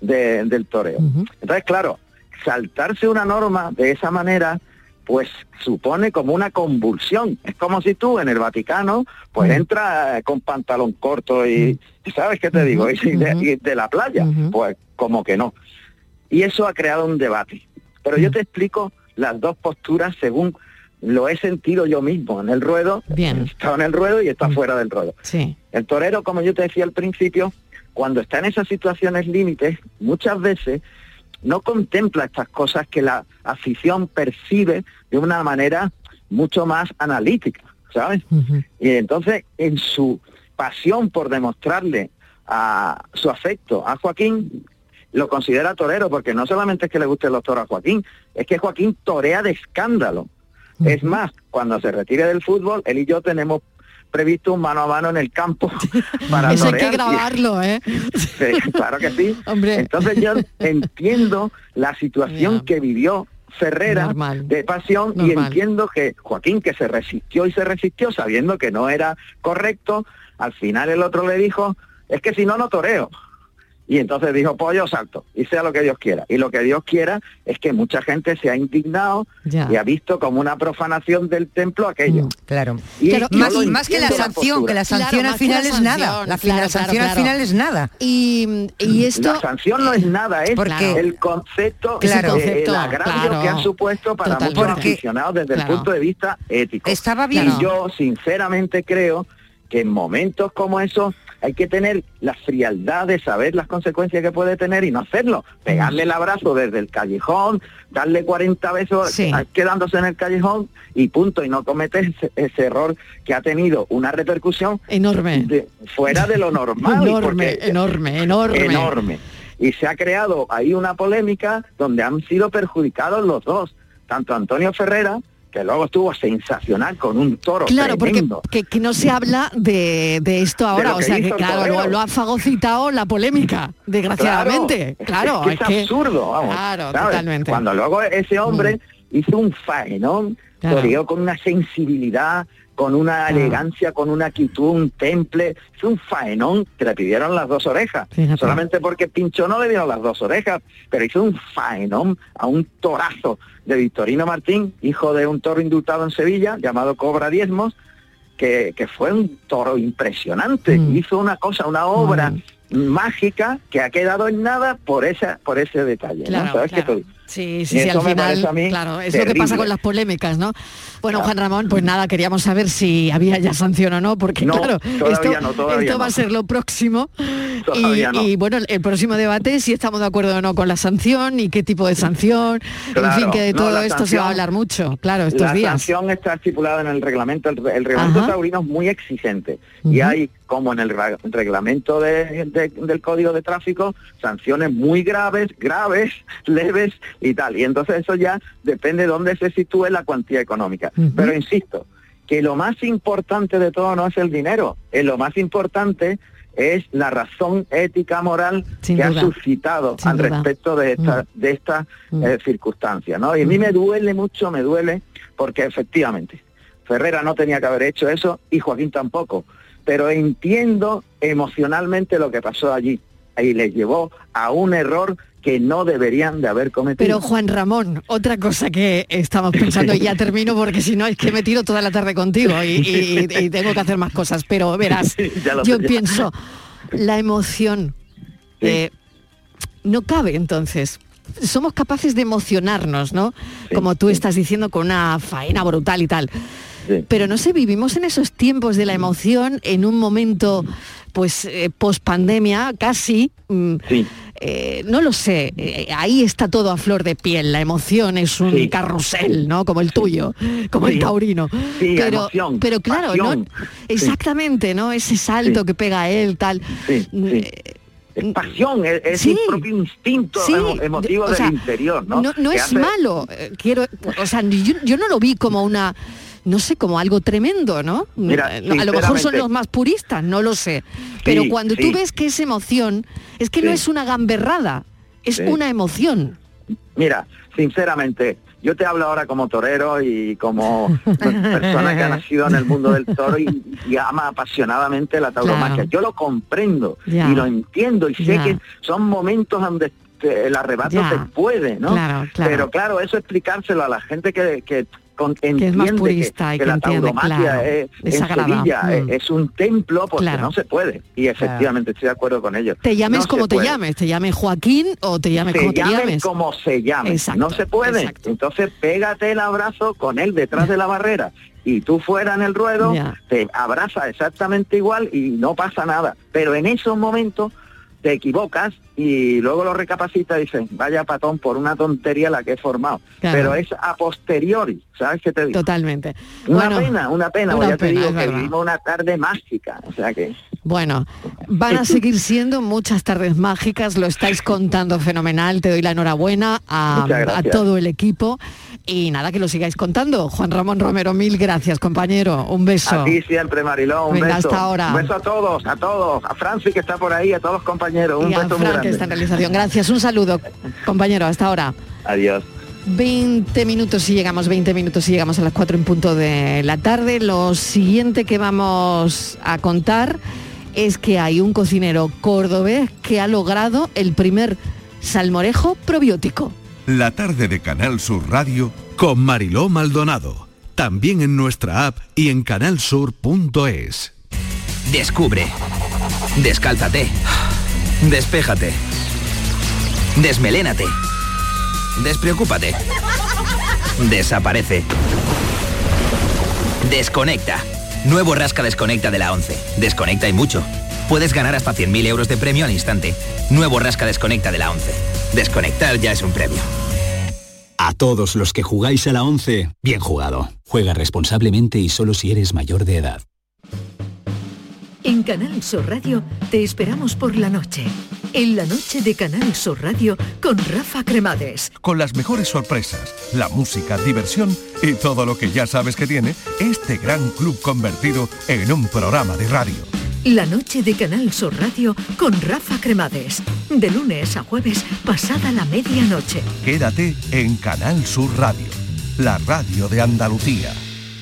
del toreo. Entonces, claro, saltarse una norma de esa manera, pues supone como una convulsión. Es como si tú en el Vaticano, pues entras con pantalón corto y ¿sabes qué te digo? Y de la playa, pues como que no. Y eso ha creado un debate. Pero yo te explico las dos posturas según lo he sentido yo mismo en el ruedo. Bien. He estado en el ruedo y he estado fuera del ruedo. Sí. El torero, como yo te decía al principio, cuando está en esas situaciones límites, muchas veces no contempla estas cosas que la afición percibe de una manera mucho más analítica, ¿sabes? Y entonces, en su pasión por demostrarle a su afecto a Joaquín, lo considera torero, porque no solamente es que le gusten los toros a Joaquín, es que Joaquín torea de escándalo. Es más, cuando se retire del fútbol, él y yo tenemos previsto un mano a mano en el campo para eso torear. Hay que grabarlo, ¿eh? Sí, claro que sí. Hombre. Entonces yo entiendo la situación que vivió Ferrera de pasión y entiendo que Joaquín, que se resistió sabiendo que no era correcto, al final el otro le dijo, es que si no, no toreo. Y entonces dijo, pues yo salto, y sea lo que Dios quiera. Y lo que Dios quiera es que mucha gente se ha indignado y ha visto como una profanación del templo aquello. Claro. Y claro, más que la sanción, que la sanción al final es nada. La sanción al final es nada. Y esto... La sanción no es nada, es el concepto, el agravio que ha supuesto para muchos aficionados desde el punto de vista ético. Estaba bien. Y yo sinceramente creo que en momentos como esos hay que tener la frialdad de saber las consecuencias que puede tener y no hacerlo. Pegarle el abrazo desde el callejón, darle 40 besos quedándose en el callejón y punto. Y no cometer ese error que ha tenido una repercusión enorme, fuera de lo normal. enorme. Y se ha creado ahí una polémica donde han sido perjudicados los dos, tanto Antonio Ferrera, que luego estuvo sensacional con un toro tremendo. Porque que no se habla de esto ahora, o sea que claro, lo ha fagocitado la polémica, desgraciadamente. Claro, es absurdo, vamos. Claro, ¿sabes? totalmente. Cuando luego ese hombre hizo un faenón, toreó con una sensibilidad, con una elegancia, con una actitud, un temple, es un faenón que le pidieron las dos orejas. Fíjate. Solamente porque pinchó no le dieron las dos orejas, pero hizo un faenón a un torazo de Victorino Martín, hijo de un toro indultado en Sevilla, llamado Cobra Diezmos, que fue un toro impresionante. Hizo una cosa, una obra mágica que ha quedado en nada por ese detalle. Claro, ¿no? ¿Sabes qué te digo? Sí, al final, claro, es terrible. Lo que pasa con las polémicas, ¿no? Bueno, Juan Ramón, pues nada, queríamos saber si había ya sanción o no, porque claro, esto va a ser lo próximo. Y bueno, el próximo debate, si estamos de acuerdo o no con la sanción y qué tipo de sanción, en fin, que de todo esto se va a hablar mucho, claro, estos días. La sanción está estipulada en el reglamento, el reglamento taurino es muy exigente, y hay, como en el reglamento del Código de Tráfico, sanciones muy graves, leves y tal, y entonces eso ya depende de dónde se sitúe la cuantía económica. Pero insisto, que lo más importante de todo no es el dinero, lo más importante es la razón ética moral que ha suscitado al respecto de esta circunstancia, ¿no? Y a mí me duele mucho, porque efectivamente Ferrera no tenía que haber hecho eso y Joaquín tampoco, pero entiendo emocionalmente lo que pasó allí y les llevó a un error que no deberían de haber cometido. Pero Juan Ramón, otra cosa que estamos pensando, y ya termino porque si no es que me tiro toda la tarde contigo y tengo que hacer más cosas, pero verás, yo pienso, la emoción no cabe entonces. Somos capaces de emocionarnos, ¿no? Como tú estás diciendo, con una faena brutal y tal. Pero no sé, vivimos en esos tiempos de la emoción, en un momento, pues, post-pandemia, casi. No lo sé, ahí está todo a flor de piel, la emoción es un carrusel, ¿no? Como el tuyo, como el taurino. Pero claro, pasión. ¿No? Exactamente, ¿no? Ese salto que pega él, tal. pasión, es Sí. un propio instinto Sí, emotivo o sea, del interior, ¿no? No Que es hace- malo, o sea, yo no lo vi como una, no sé, como algo tremendo, ¿no? Mira, A lo mejor son sinceramente- los más puristas, no lo sé. Pero Sí, cuando sí. tú ves que es emoción, es que no Sí. es una gamberrada, es Sí. una emoción. Mira, sinceramente, yo te hablo ahora como torero y como persona que ha nacido en el mundo del toro y ama apasionadamente la tauromaquia. Claro. Yo lo comprendo Ya. y lo entiendo y sé Ya. que son momentos donde el arrebato Ya. te puede, ¿no? Claro, claro. Pero claro, eso explicárselo a la gente que entiende es más purista y que que la entiende, tauromaquia claro, es, es en sagrada. Sevilla es un templo porque Claro. no se puede. Y efectivamente estoy de acuerdo con ellos. Te llames No se como te puede. llames, te llames Joaquín o te llames Se como te llamen llames. como se llame. Exacto, No se puede. exacto. Entonces pégate el abrazo con él detrás de la barrera y tú fuera en el ruedo, Ya. te abraza exactamente igual y no pasa nada. Pero en esos momentos te equivocas y luego lo recapacitas y dices, vaya patón por una tontería la que he formado. Claro. Pero es a posteriori, ¿sabes qué te digo? Totalmente. Una Bueno, pena, una ya te pena, digo es que verdad. vivimos una tarde mágica, o sea que... Bueno, van a seguir siendo muchas tardes mágicas, lo estáis contando fenomenal, te doy la enhorabuena a Muchas gracias. todo el equipo y nada, que lo sigáis contando. Juan Ramón Romero, mil gracias, compañero, un beso. A ti siempre, Mariló, un Venga, beso. hasta ahora. Un beso a todos, a Francis que está por ahí, a todos los compañeros, un Y a beso muy Fran, que grande. está en realización. Gracias, un saludo, compañero, hasta ahora. Adiós. 20 minutos y llegamos, 20 minutos y llegamos a las 4 en punto de la tarde. Lo siguiente que vamos a contar es que hay un cocinero cordobés que ha logrado el primer salmorejo probiótico. La tarde de Canal Sur Radio con Mariló Maldonado. También en nuestra app y en canalsur.es. Descubre. Descálzate. Despéjate. Desmelénate. Despreocúpate. Desaparece. Desconecta. Nuevo Rasca Desconecta de la 11. Desconecta y mucho. Puedes ganar hasta 100.000 euros de premio al instante. Nuevo Rasca Desconecta de la 11. Desconectar ya es un premio. A todos los que jugáis a la 11, bien jugado. Juega responsablemente y solo si eres mayor de edad. En Canal Sur Radio te esperamos por la noche. En la noche de Canal Sur Radio con Rafa Cremades. Con las mejores sorpresas, la música, diversión y todo lo que ya sabes que tiene este gran club convertido en un programa de radio. La noche de Canal Sur Radio con Rafa Cremades. De lunes a jueves, pasada la medianoche. Quédate en Canal Sur Radio, la radio de Andalucía.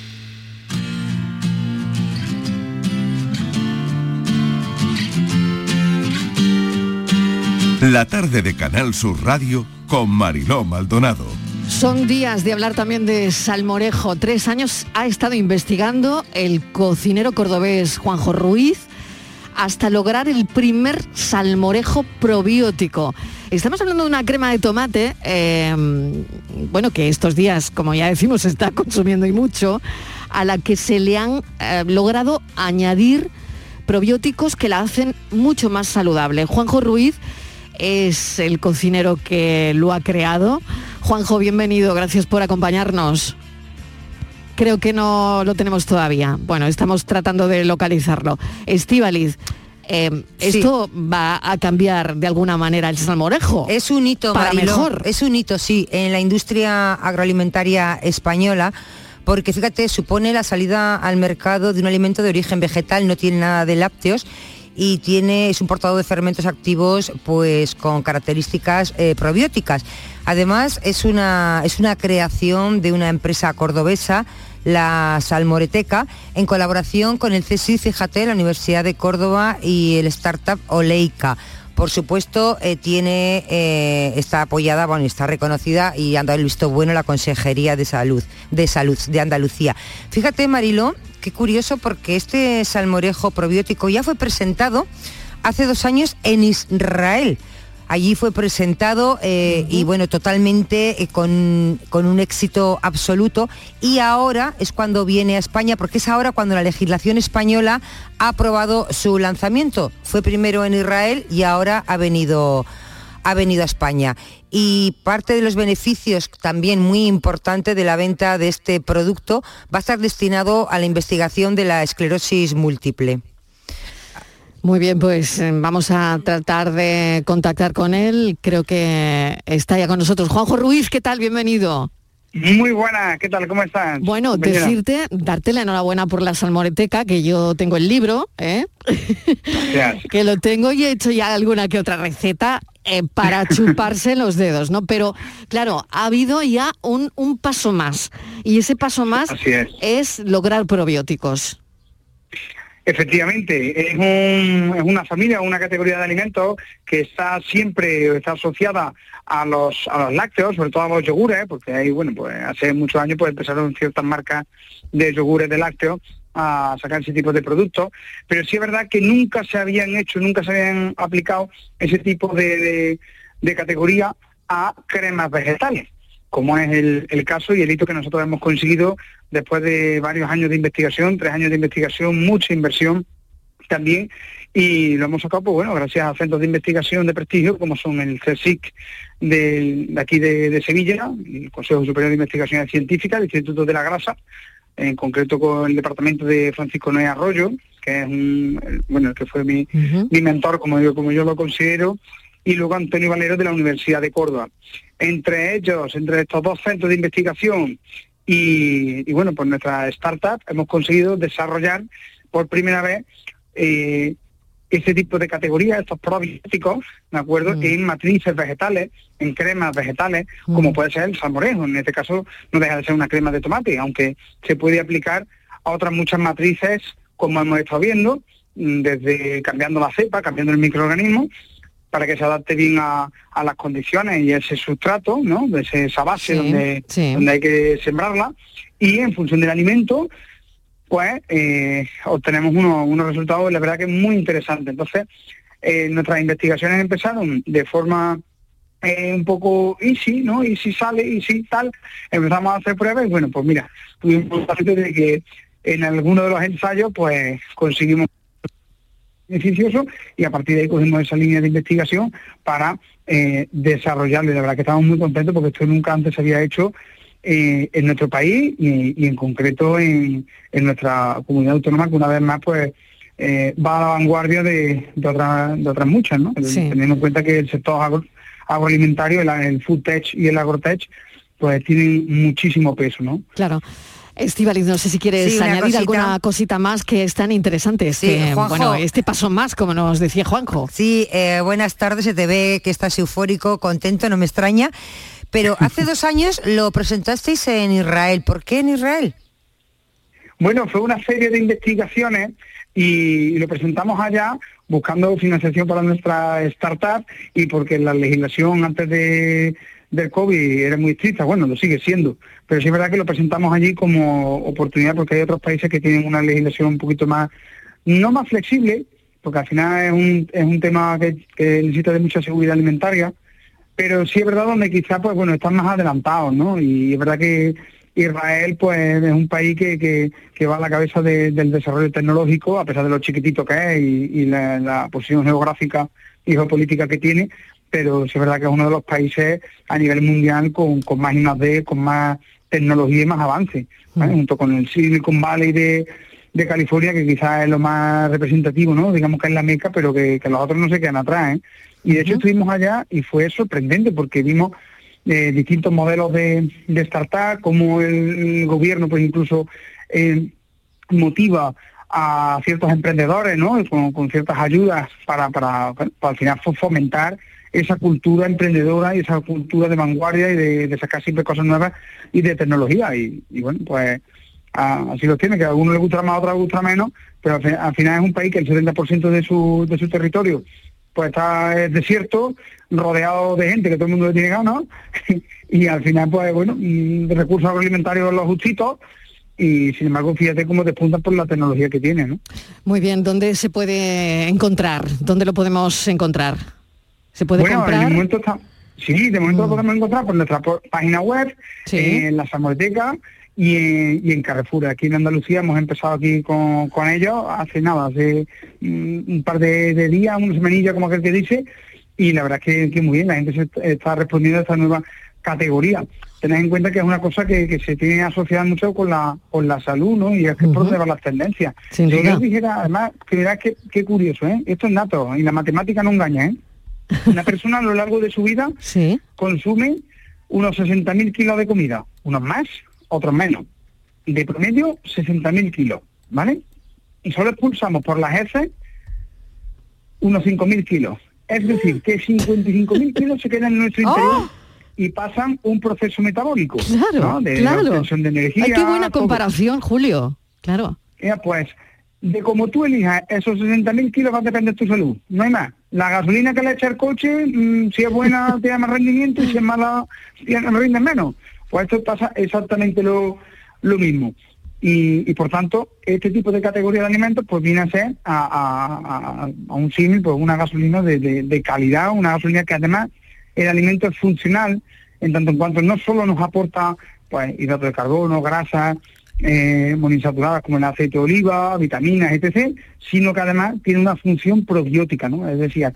La tarde de Canal Sur Radio con Mariló Maldonado. Son días de hablar también de salmorejo. 3 años ha estado investigando el cocinero cordobés Juanjo Ruiz hasta lograr el primer salmorejo probiótico. Estamos hablando de una crema de tomate, bueno, que estos días, como ya decimos, se está consumiendo y mucho, a la que se le han logrado añadir probióticos que la hacen mucho más saludable. Juanjo Ruiz es el cocinero que lo ha creado. Juanjo, bienvenido, gracias por acompañarnos. Creo que no lo tenemos todavía. Bueno, estamos tratando de localizarlo. Estíbaliz, esto va a cambiar de alguna manera el salmorejo. Es un hito, para Mariló, mejor. es un hito, sí, en la industria agroalimentaria española, porque fíjate, supone la salida al mercado de un alimento de origen vegetal, no tiene nada de lácteos y es un portador de fermentos activos pues con características probióticas. Además es una creación de una empresa cordobesa, la Salmoreteca, en colaboración con el CSIC, fíjate, la Universidad de Córdoba y el startup Oleica. Por supuesto, está apoyada, bueno, está reconocida y han dado el visto bueno la Consejería de Salud de Andalucía. Fíjate, Mariló, qué curioso, porque este salmorejo probiótico ya fue presentado hace 2 años en Israel. Allí fue presentado y bueno, totalmente con un éxito absoluto, y ahora es cuando viene a España, porque es ahora cuando la legislación española ha aprobado su lanzamiento. Fue primero en Israel y ahora ha venido a España. Y parte de los beneficios también muy importante de la venta de este producto va a estar destinado a la investigación de la esclerosis múltiple. Muy bien, pues vamos a tratar de contactar con él. Creo que está ya con nosotros. Juanjo Ruiz, ¿qué tal? Bienvenido. Muy buena, ¿qué tal? ¿Cómo estás? Bueno, darte la enhorabuena por la salmoreteca, que yo tengo el libro, que lo tengo y he hecho ya alguna que otra receta para chuparse los dedos, ¿no? Pero, claro, ha habido ya un paso más, y ese paso más es lograr probióticos. Efectivamente, es una familia, una categoría de alimentos que está asociada a los lácteos, sobre todo a los yogures, porque ahí, bueno, pues hace muchos años pues empezaron ciertas marcas de yogures de lácteos a sacar ese tipo de productos, pero sí es verdad que nunca se habían aplicado ese tipo de categoría a cremas vegetales, como es el caso y el hito que nosotros hemos conseguido después de varios años de investigación, 3 años de investigación, mucha inversión también, y lo hemos sacado, pues bueno, gracias a centros de investigación de prestigio, como son el CSIC de aquí de Sevilla, el Consejo Superior de Investigaciones Científicas, el Instituto de la Grasa, en concreto con el departamento de Francisco Noé Arroyo, que es el que fue mi mentor, como yo lo considero, y luego Antonio Valero de la Universidad de Córdoba. Entre estos 2 centros de investigación y bueno, pues nuestra startup hemos conseguido desarrollar por primera vez ese tipo de categorías, estos probióticos, ¿de acuerdo? En matrices vegetales, en cremas vegetales, como puede ser el salmorejo. En este caso no deja de ser una crema de tomate, aunque se puede aplicar a otras muchas matrices, como hemos estado viendo, desde cambiando la cepa, cambiando el microorganismo, para que se adapte bien a las condiciones y ese sustrato, ¿no? De esa base donde hay que sembrarla, y en función del alimento, pues obtenemos unos resultados, la verdad que muy interesantes. Entonces, nuestras investigaciones empezaron de forma un poco easy, ¿no? Y si sale, y si tal, empezamos a hacer pruebas y bueno, pues mira, tuvimos la suerte de que en alguno de los ensayos, pues conseguimos beneficioso, y a partir de ahí cogimos esa línea de investigación para desarrollarlo. Y la verdad que estamos muy contentos porque esto nunca antes se había hecho en nuestro país y en concreto en nuestra comunidad autónoma, que una vez más pues va a la vanguardia de otras muchas, ¿no? Teniendo en cuenta que el sector agroalimentario, el food tech y el agrotech, pues tienen muchísimo peso, ¿no? Claro. Estíbaliz, no sé si quieres añadir alguna cosita más, que es tan interesante este paso más, como nos decía Juanjo. Sí, buenas tardes, se te ve que estás eufórico, contento, no me extraña, pero hace 2 años lo presentasteis en Israel. ¿Por qué en Israel? Bueno, fue una serie de investigaciones y lo presentamos allá buscando financiación para nuestra startup, y porque la legislación antes del COVID era muy estricta, bueno, lo sigue siendo, pero sí es verdad que lo presentamos allí como oportunidad, porque hay otros países que tienen una legislación un poquito más, no más flexible, porque al final es un tema que necesita de mucha seguridad alimentaria, pero sí es verdad donde quizás, pues bueno, están más adelantados, ¿no? Y es verdad que Israel, pues es un país que va a la cabeza del desarrollo tecnológico, a pesar de lo chiquitito que es y la posición geográfica y geopolítica que tiene, pero sí es verdad que es uno de los países a nivel mundial con más I+D, con más tecnología y más avance, ¿vale? Junto con el Silicon Valley de California, que quizás es lo más representativo, ¿no? Digamos que es la meca, pero que los otros no se quedan atrás, ¿eh? Y de hecho estuvimos allá y fue sorprendente porque vimos distintos modelos de startup, como el gobierno pues incluso motiva a ciertos emprendedores, ¿no? Con ciertas ayudas para al final fomentar esa cultura emprendedora y esa cultura de vanguardia y de sacar siempre cosas nuevas y de tecnología. Y bueno, pues así lo tiene, que a algunos les gusta más, a otros les gusta menos, pero al final es un país que el 70% de su territorio pues está desierto, rodeado de gente que todo el mundo le tiene ganas, y al final pues bueno, recursos agroalimentarios los justitos, y sin embargo fíjate cómo despuntan por la tecnología que tiene, ¿no? Muy bien, ¿dónde se puede encontrar? ¿Dónde lo podemos encontrar? ¿Se puede comprar? De momento de momento lo podemos encontrar por nuestra página web, en la salmoreteca y en Carrefour. Aquí en Andalucía hemos empezado aquí con ellos hace un par de días, una semanilla como aquel que dice, y la verdad es que muy bien, la gente se está respondiendo a esta nueva categoría. tened en cuenta que es una cosa que se tiene asociada mucho con la salud, ¿no? Y es que por donde van las tendencias. Sin si duda. yo dijera, además, que verás qué curioso, ¿eh? Esto es nato, y la matemática no engaña, ¿eh? Una persona a lo largo de su vida consume unos 60.000 kilos de comida, unos más, otros menos. De promedio, 60.000 kilos, ¿vale? Y solo expulsamos por las heces unos 5.000 kilos. Es decir, que 55.000 kilos se quedan en nuestro interior y pasan un proceso metabólico, ¿no? De obtención de energía. Ay, qué buena todo. comparación, Julio. Claro. Pues, de como tú elijas esos 60.000 kilos va a depender tu salud, no hay más. La gasolina que le echa el coche, si es buena te da más rendimiento y si es mala rinde menos. Pues esto pasa exactamente lo mismo. Y por tanto, este tipo de categoría de alimentos pues viene a ser a un símil, pues una gasolina de calidad, una gasolina que además el alimento es funcional, en tanto en cuanto no solo nos aporta pues hidratos de carbono, grasas, monoinsaturadas como el aceite de oliva, vitaminas, etc., sino que además tiene una función probiótica, ¿no? Es decir,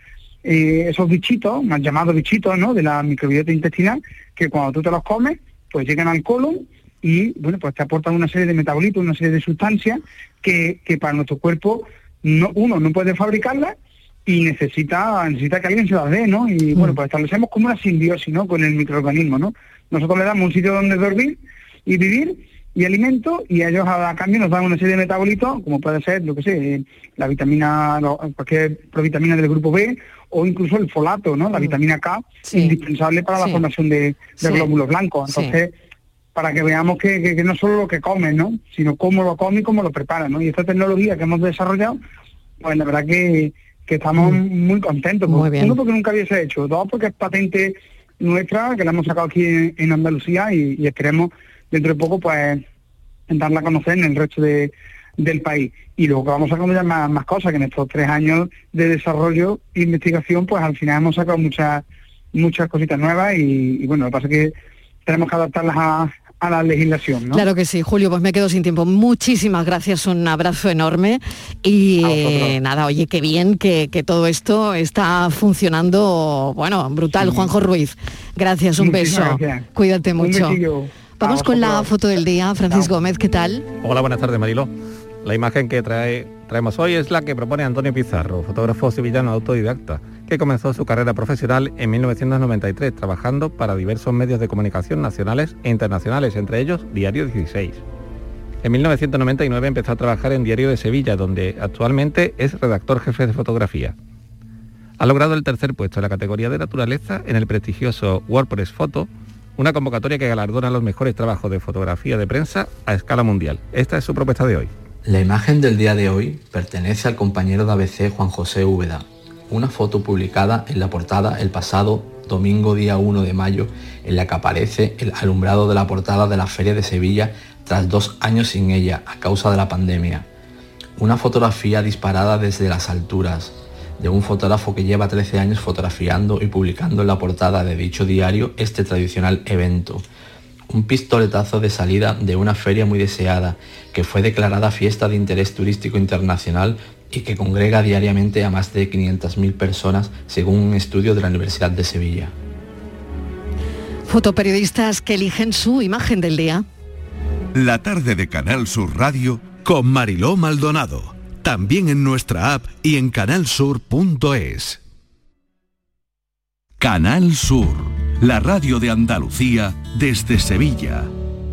esos bichitos, más llamados bichitos, ¿no?, de la microbiota intestinal, que cuando tú te los comes, pues llegan al colon y, bueno, pues te aportan una serie de metabolitos, una serie de sustancias que para nuestro cuerpo no puede fabricarlas y necesita que alguien se las dé, ¿no? Y bueno, pues establecemos como una simbiosis, ¿no?, con el microorganismo, ¿no? Nosotros le damos un sitio donde dormir y vivir y alimento, y ellos a cambio nos dan una serie de metabolitos, como puede ser, lo que sé, la vitamina, cualquier provitamina del grupo B, o incluso el folato, ¿no?, la vitamina K, indispensable para la formación de glóbulos blancos. Entonces, para que veamos que no solo lo que comen, ¿no?, sino cómo lo comen y cómo lo preparan, ¿no? Y esta tecnología que hemos desarrollado, pues la verdad que estamos muy contentos. Muy bien. Uno, porque nunca hubiese hecho, dos, porque es patente nuestra, que la hemos sacado aquí en Andalucía y esperemos dentro de poco pues darla a conocer en el resto del país. Y luego que vamos sacando ya más cosas, que en estos 3 años de desarrollo e investigación, pues al final hemos sacado muchas cositas nuevas y bueno, lo que pasa es que tenemos que adaptarlas a la legislación, ¿no? Claro que sí, Julio, pues me quedo sin tiempo. Muchísimas gracias, un abrazo enorme y nada, oye, qué bien que todo esto está funcionando, bueno, brutal. Juanjo Ruiz, gracias, un beso. Gracias. Cuídate mucho. Un besillo. Vamos con la foto del día. Francis Gómez, ¿qué tal? Hola, buenas tardes, Mariló. La imagen que traemos hoy es la que propone Antonio Pizarro, fotógrafo sevillano autodidacta, que comenzó su carrera profesional en 1993, trabajando para diversos medios de comunicación nacionales e internacionales, entre ellos Diario 16. En 1999 empezó a trabajar en Diario de Sevilla, donde actualmente es redactor jefe de fotografía. Ha logrado el 3er puesto en la categoría de naturaleza en el prestigioso WordPress Photo, una convocatoria que galardona los mejores trabajos de fotografía de prensa a escala mundial. Esta es su propuesta de hoy. La imagen del día de hoy pertenece al compañero de ABC Juan José Úbeda, una foto publicada en la portada el pasado domingo día 1 de mayo, en la que aparece el alumbrado de la portada de la Feria de Sevilla tras 2 años sin ella a causa de la pandemia. Una fotografía disparada desde las alturas, de un fotógrafo que lleva 13 años fotografiando y publicando en la portada de dicho diario este tradicional evento. Un pistoletazo de salida de una feria muy deseada, que fue declarada fiesta de interés turístico internacional y que congrega diariamente a más de 500.000 personas, según un estudio de la Universidad de Sevilla. Fotoperiodistas que eligen su imagen del día. La tarde de Canal Sur Radio con Mariló Maldonado. También en nuestra app y en canalsur.es. Canal Sur, la radio de Andalucía desde Sevilla.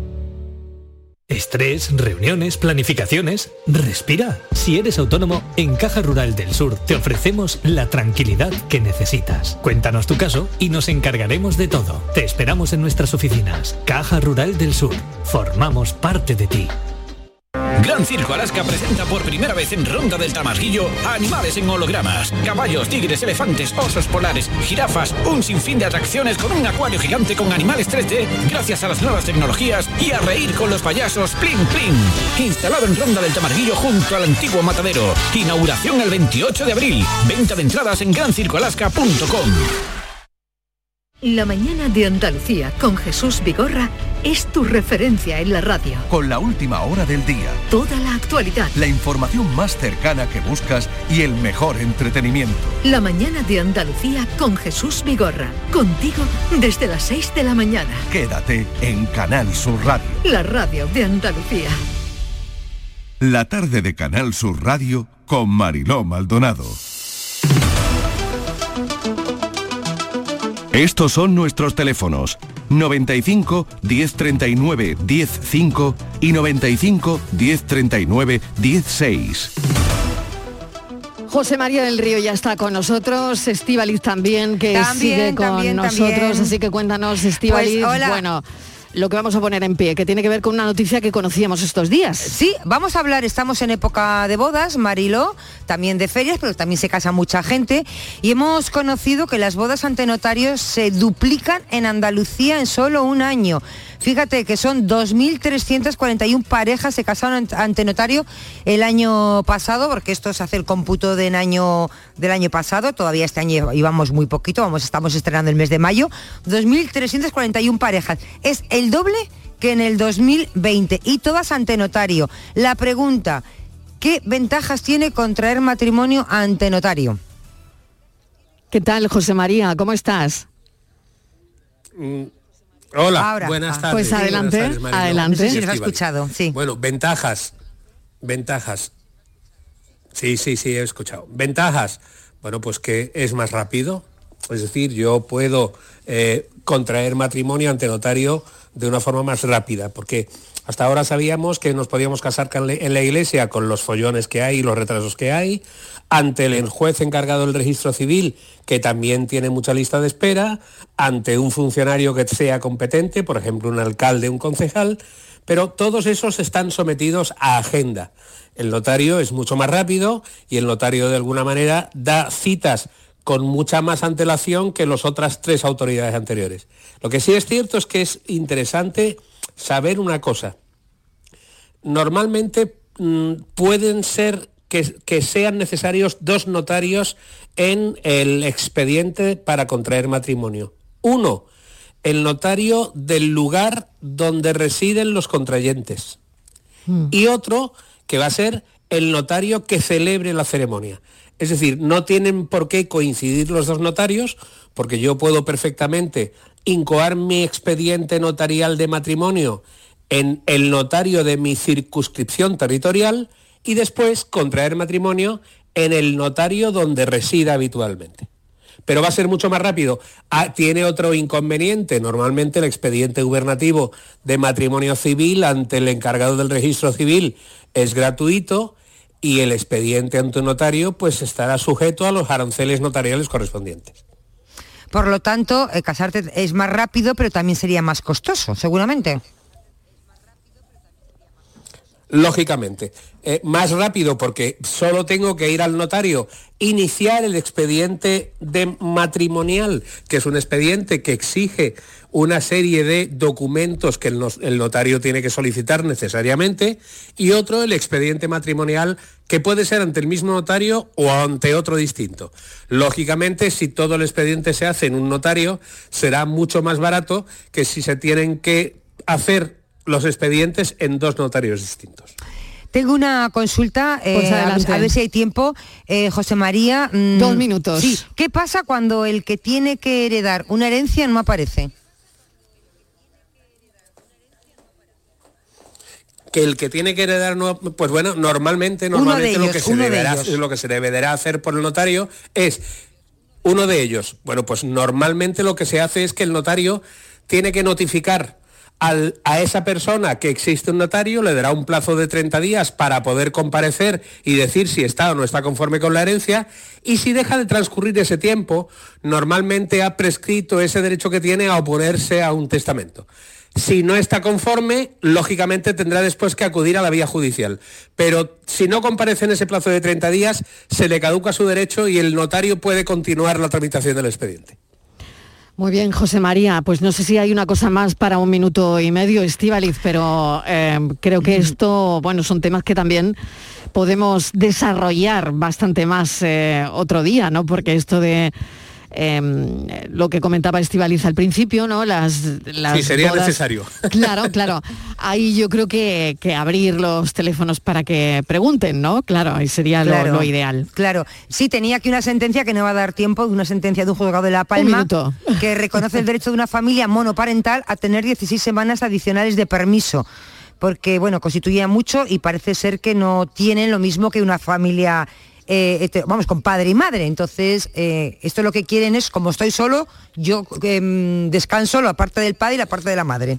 Estrés, reuniones, planificaciones. Respira. Si eres autónomo, en Caja Rural del Sur te ofrecemos la tranquilidad que necesitas. Cuéntanos tu caso y nos encargaremos de todo. Te esperamos en nuestras oficinas. Caja Rural del Sur. Formamos parte de ti. Gran Circo Alaska presenta por primera vez en Ronda del Tamarguillo animales en hologramas, caballos, tigres, elefantes, osos polares, jirafas, un sinfín de atracciones con un acuario gigante con animales 3D gracias a las nuevas tecnologías y a reír con los payasos Plin Plin. Instalado en Ronda del Tamarguillo junto al antiguo matadero. Inauguración el 28 de abril. Venta de entradas en grancircoalaska.com. La mañana de Andalucía con Jesús Vigorra es tu referencia en la radio. Con la última hora del día, Toda la actualidad. la información más cercana que buscas y el mejor entretenimiento. La mañana de Andalucía con Jesús Vigorra. Contigo desde las 6 de la mañana. Quédate en Canal Sur Radio. La radio de Andalucía. La tarde de Canal Sur Radio con Mariló Maldonado. Estos son nuestros teléfonos: 95 1039 105 y 95 1039 16. José María del Río ya está con nosotros, Estíbaliz también, que sigue con nosotros, así que cuéntanos, Estíbaliz, Pues, hola. bueno, lo que vamos a poner en pie, que tiene que ver con una noticia que conocíamos estos días. Sí, vamos a hablar, estamos en época de bodas, Mariló, también de ferias, pero también se casa mucha gente, y hemos conocido que las bodas ante notarios se duplican en Andalucía en solo un año. Fíjate que son 2.341 parejas se casaron ante notario el año pasado, porque esto se hace el cómputo del año pasado, todavía este año íbamos muy poquito, estamos estrenando el mes de mayo, 2.341 parejas. Es el doble que en el 2020 y todas ante notario. La pregunta, ¿qué ventajas tiene contraer matrimonio ante notario? ¿Qué tal, José María? ¿Cómo estás? Hola, Ahora. buenas tardes. Pues adelante, Buenas tardes, Mariló. adelante. No sé si nos ha escuchado, sí. Bueno, ventajas. Sí, he escuchado. Ventajas. Bueno, pues que es más rápido. Es decir, yo puedo contraer matrimonio ante notario de una forma más rápida, porque hasta ahora sabíamos que nos podíamos casar en la iglesia con los follones que hay y los retrasos que hay, ante el juez encargado del registro civil, que también tiene mucha lista de espera, ante un funcionario que sea competente, por ejemplo, un alcalde, un concejal, pero todos esos están sometidos a agenda. El notario es mucho más rápido y el notario de alguna manera da citas con mucha más antelación que las otras tres autoridades anteriores. Lo que sí es cierto es que es interesante saber una cosa. Normalmente pueden ser que sean necesarios dos notarios en el expediente para contraer matrimonio. Uno, el notario del lugar donde residen los contrayentes. Y otro, que va a ser el notario que celebre la ceremonia. Es decir, no tienen por qué coincidir los dos notarios, porque yo puedo perfectamente incoar mi expediente notarial de matrimonio en el notario de mi circunscripción territorial y después contraer matrimonio en el notario donde resida habitualmente. Pero va a ser mucho más rápido. Tiene otro inconveniente. Normalmente el expediente gubernativo de matrimonio civil ante el encargado del registro civil es gratuito y el expediente ante un notario pues estará sujeto a los aranceles notariales correspondientes. Por lo tanto, casarte es más rápido, pero también sería más costoso, seguramente. Lógicamente. Más rápido porque solo tengo que ir al notario, iniciar el expediente de matrimonial, que es un expediente que exige una serie de documentos que el notario tiene que solicitar necesariamente, y otro, el expediente matrimonial, que puede ser ante el mismo notario o ante otro distinto. Lógicamente, si todo el expediente se hace en un notario, será mucho más barato que si se tienen que hacer los expedientes en dos notarios distintos. Tengo una consulta, Pues adelante. a ver si hay tiempo. José María... 2 minutos. Sí. ¿Qué pasa cuando el que tiene que heredar una herencia no aparece? Que el que tiene que heredar, pues bueno, normalmente Uno de lo ellos, que se deberá hacer por el notario es uno de ellos. Bueno, pues normalmente lo que se hace es que el notario tiene que notificar a esa persona que existe un notario, le dará un plazo de 30 días para poder comparecer y decir si está o no está conforme con la herencia, y si deja de transcurrir ese tiempo, normalmente ha prescrito ese derecho que tiene a oponerse a un testamento. Si no está conforme, lógicamente tendrá después que acudir a la vía judicial. Pero si no comparece en ese plazo de 30 días, se le caduca su derecho y el notario puede continuar la tramitación del expediente. Muy bien, José María, pues no sé si hay una cosa más para 1 minuto y medio, Estíbaliz, pero creo que esto, bueno, son temas que también podemos desarrollar bastante más otro día, ¿no? Porque esto de lo que comentaba Estíbaliz al principio, ¿no? Las sí, sería bodas. Necesario. Claro. Ahí yo creo que abrir los teléfonos para que pregunten, ¿no? Claro, ahí sería lo ideal. Claro. Sí, tenía aquí una sentencia que no va a dar tiempo, una sentencia de un juzgado de La Palma que reconoce el derecho de una familia monoparental a tener 16 semanas adicionales de permiso, porque, bueno, constituía mucho y parece ser que no tienen lo mismo que una familia, con padre y madre. Entonces, esto lo que quieren es, como estoy solo, yo descanso la parte del padre y la parte de la madre.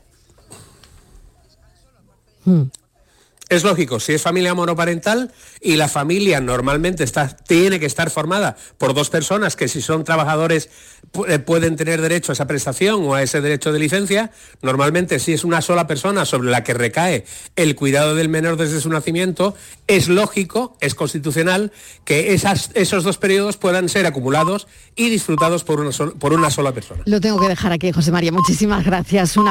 Es lógico, si es familia monoparental y la familia normalmente tiene que estar formada por 2 personas que si son trabajadores pueden tener derecho a esa prestación o a ese derecho de licencia, normalmente si es una sola persona sobre la que recae el cuidado del menor desde su nacimiento, es lógico, es constitucional que esos 2 periodos puedan ser acumulados y disfrutados por una sola persona. Lo tengo que dejar aquí, José María. Muchísimas gracias.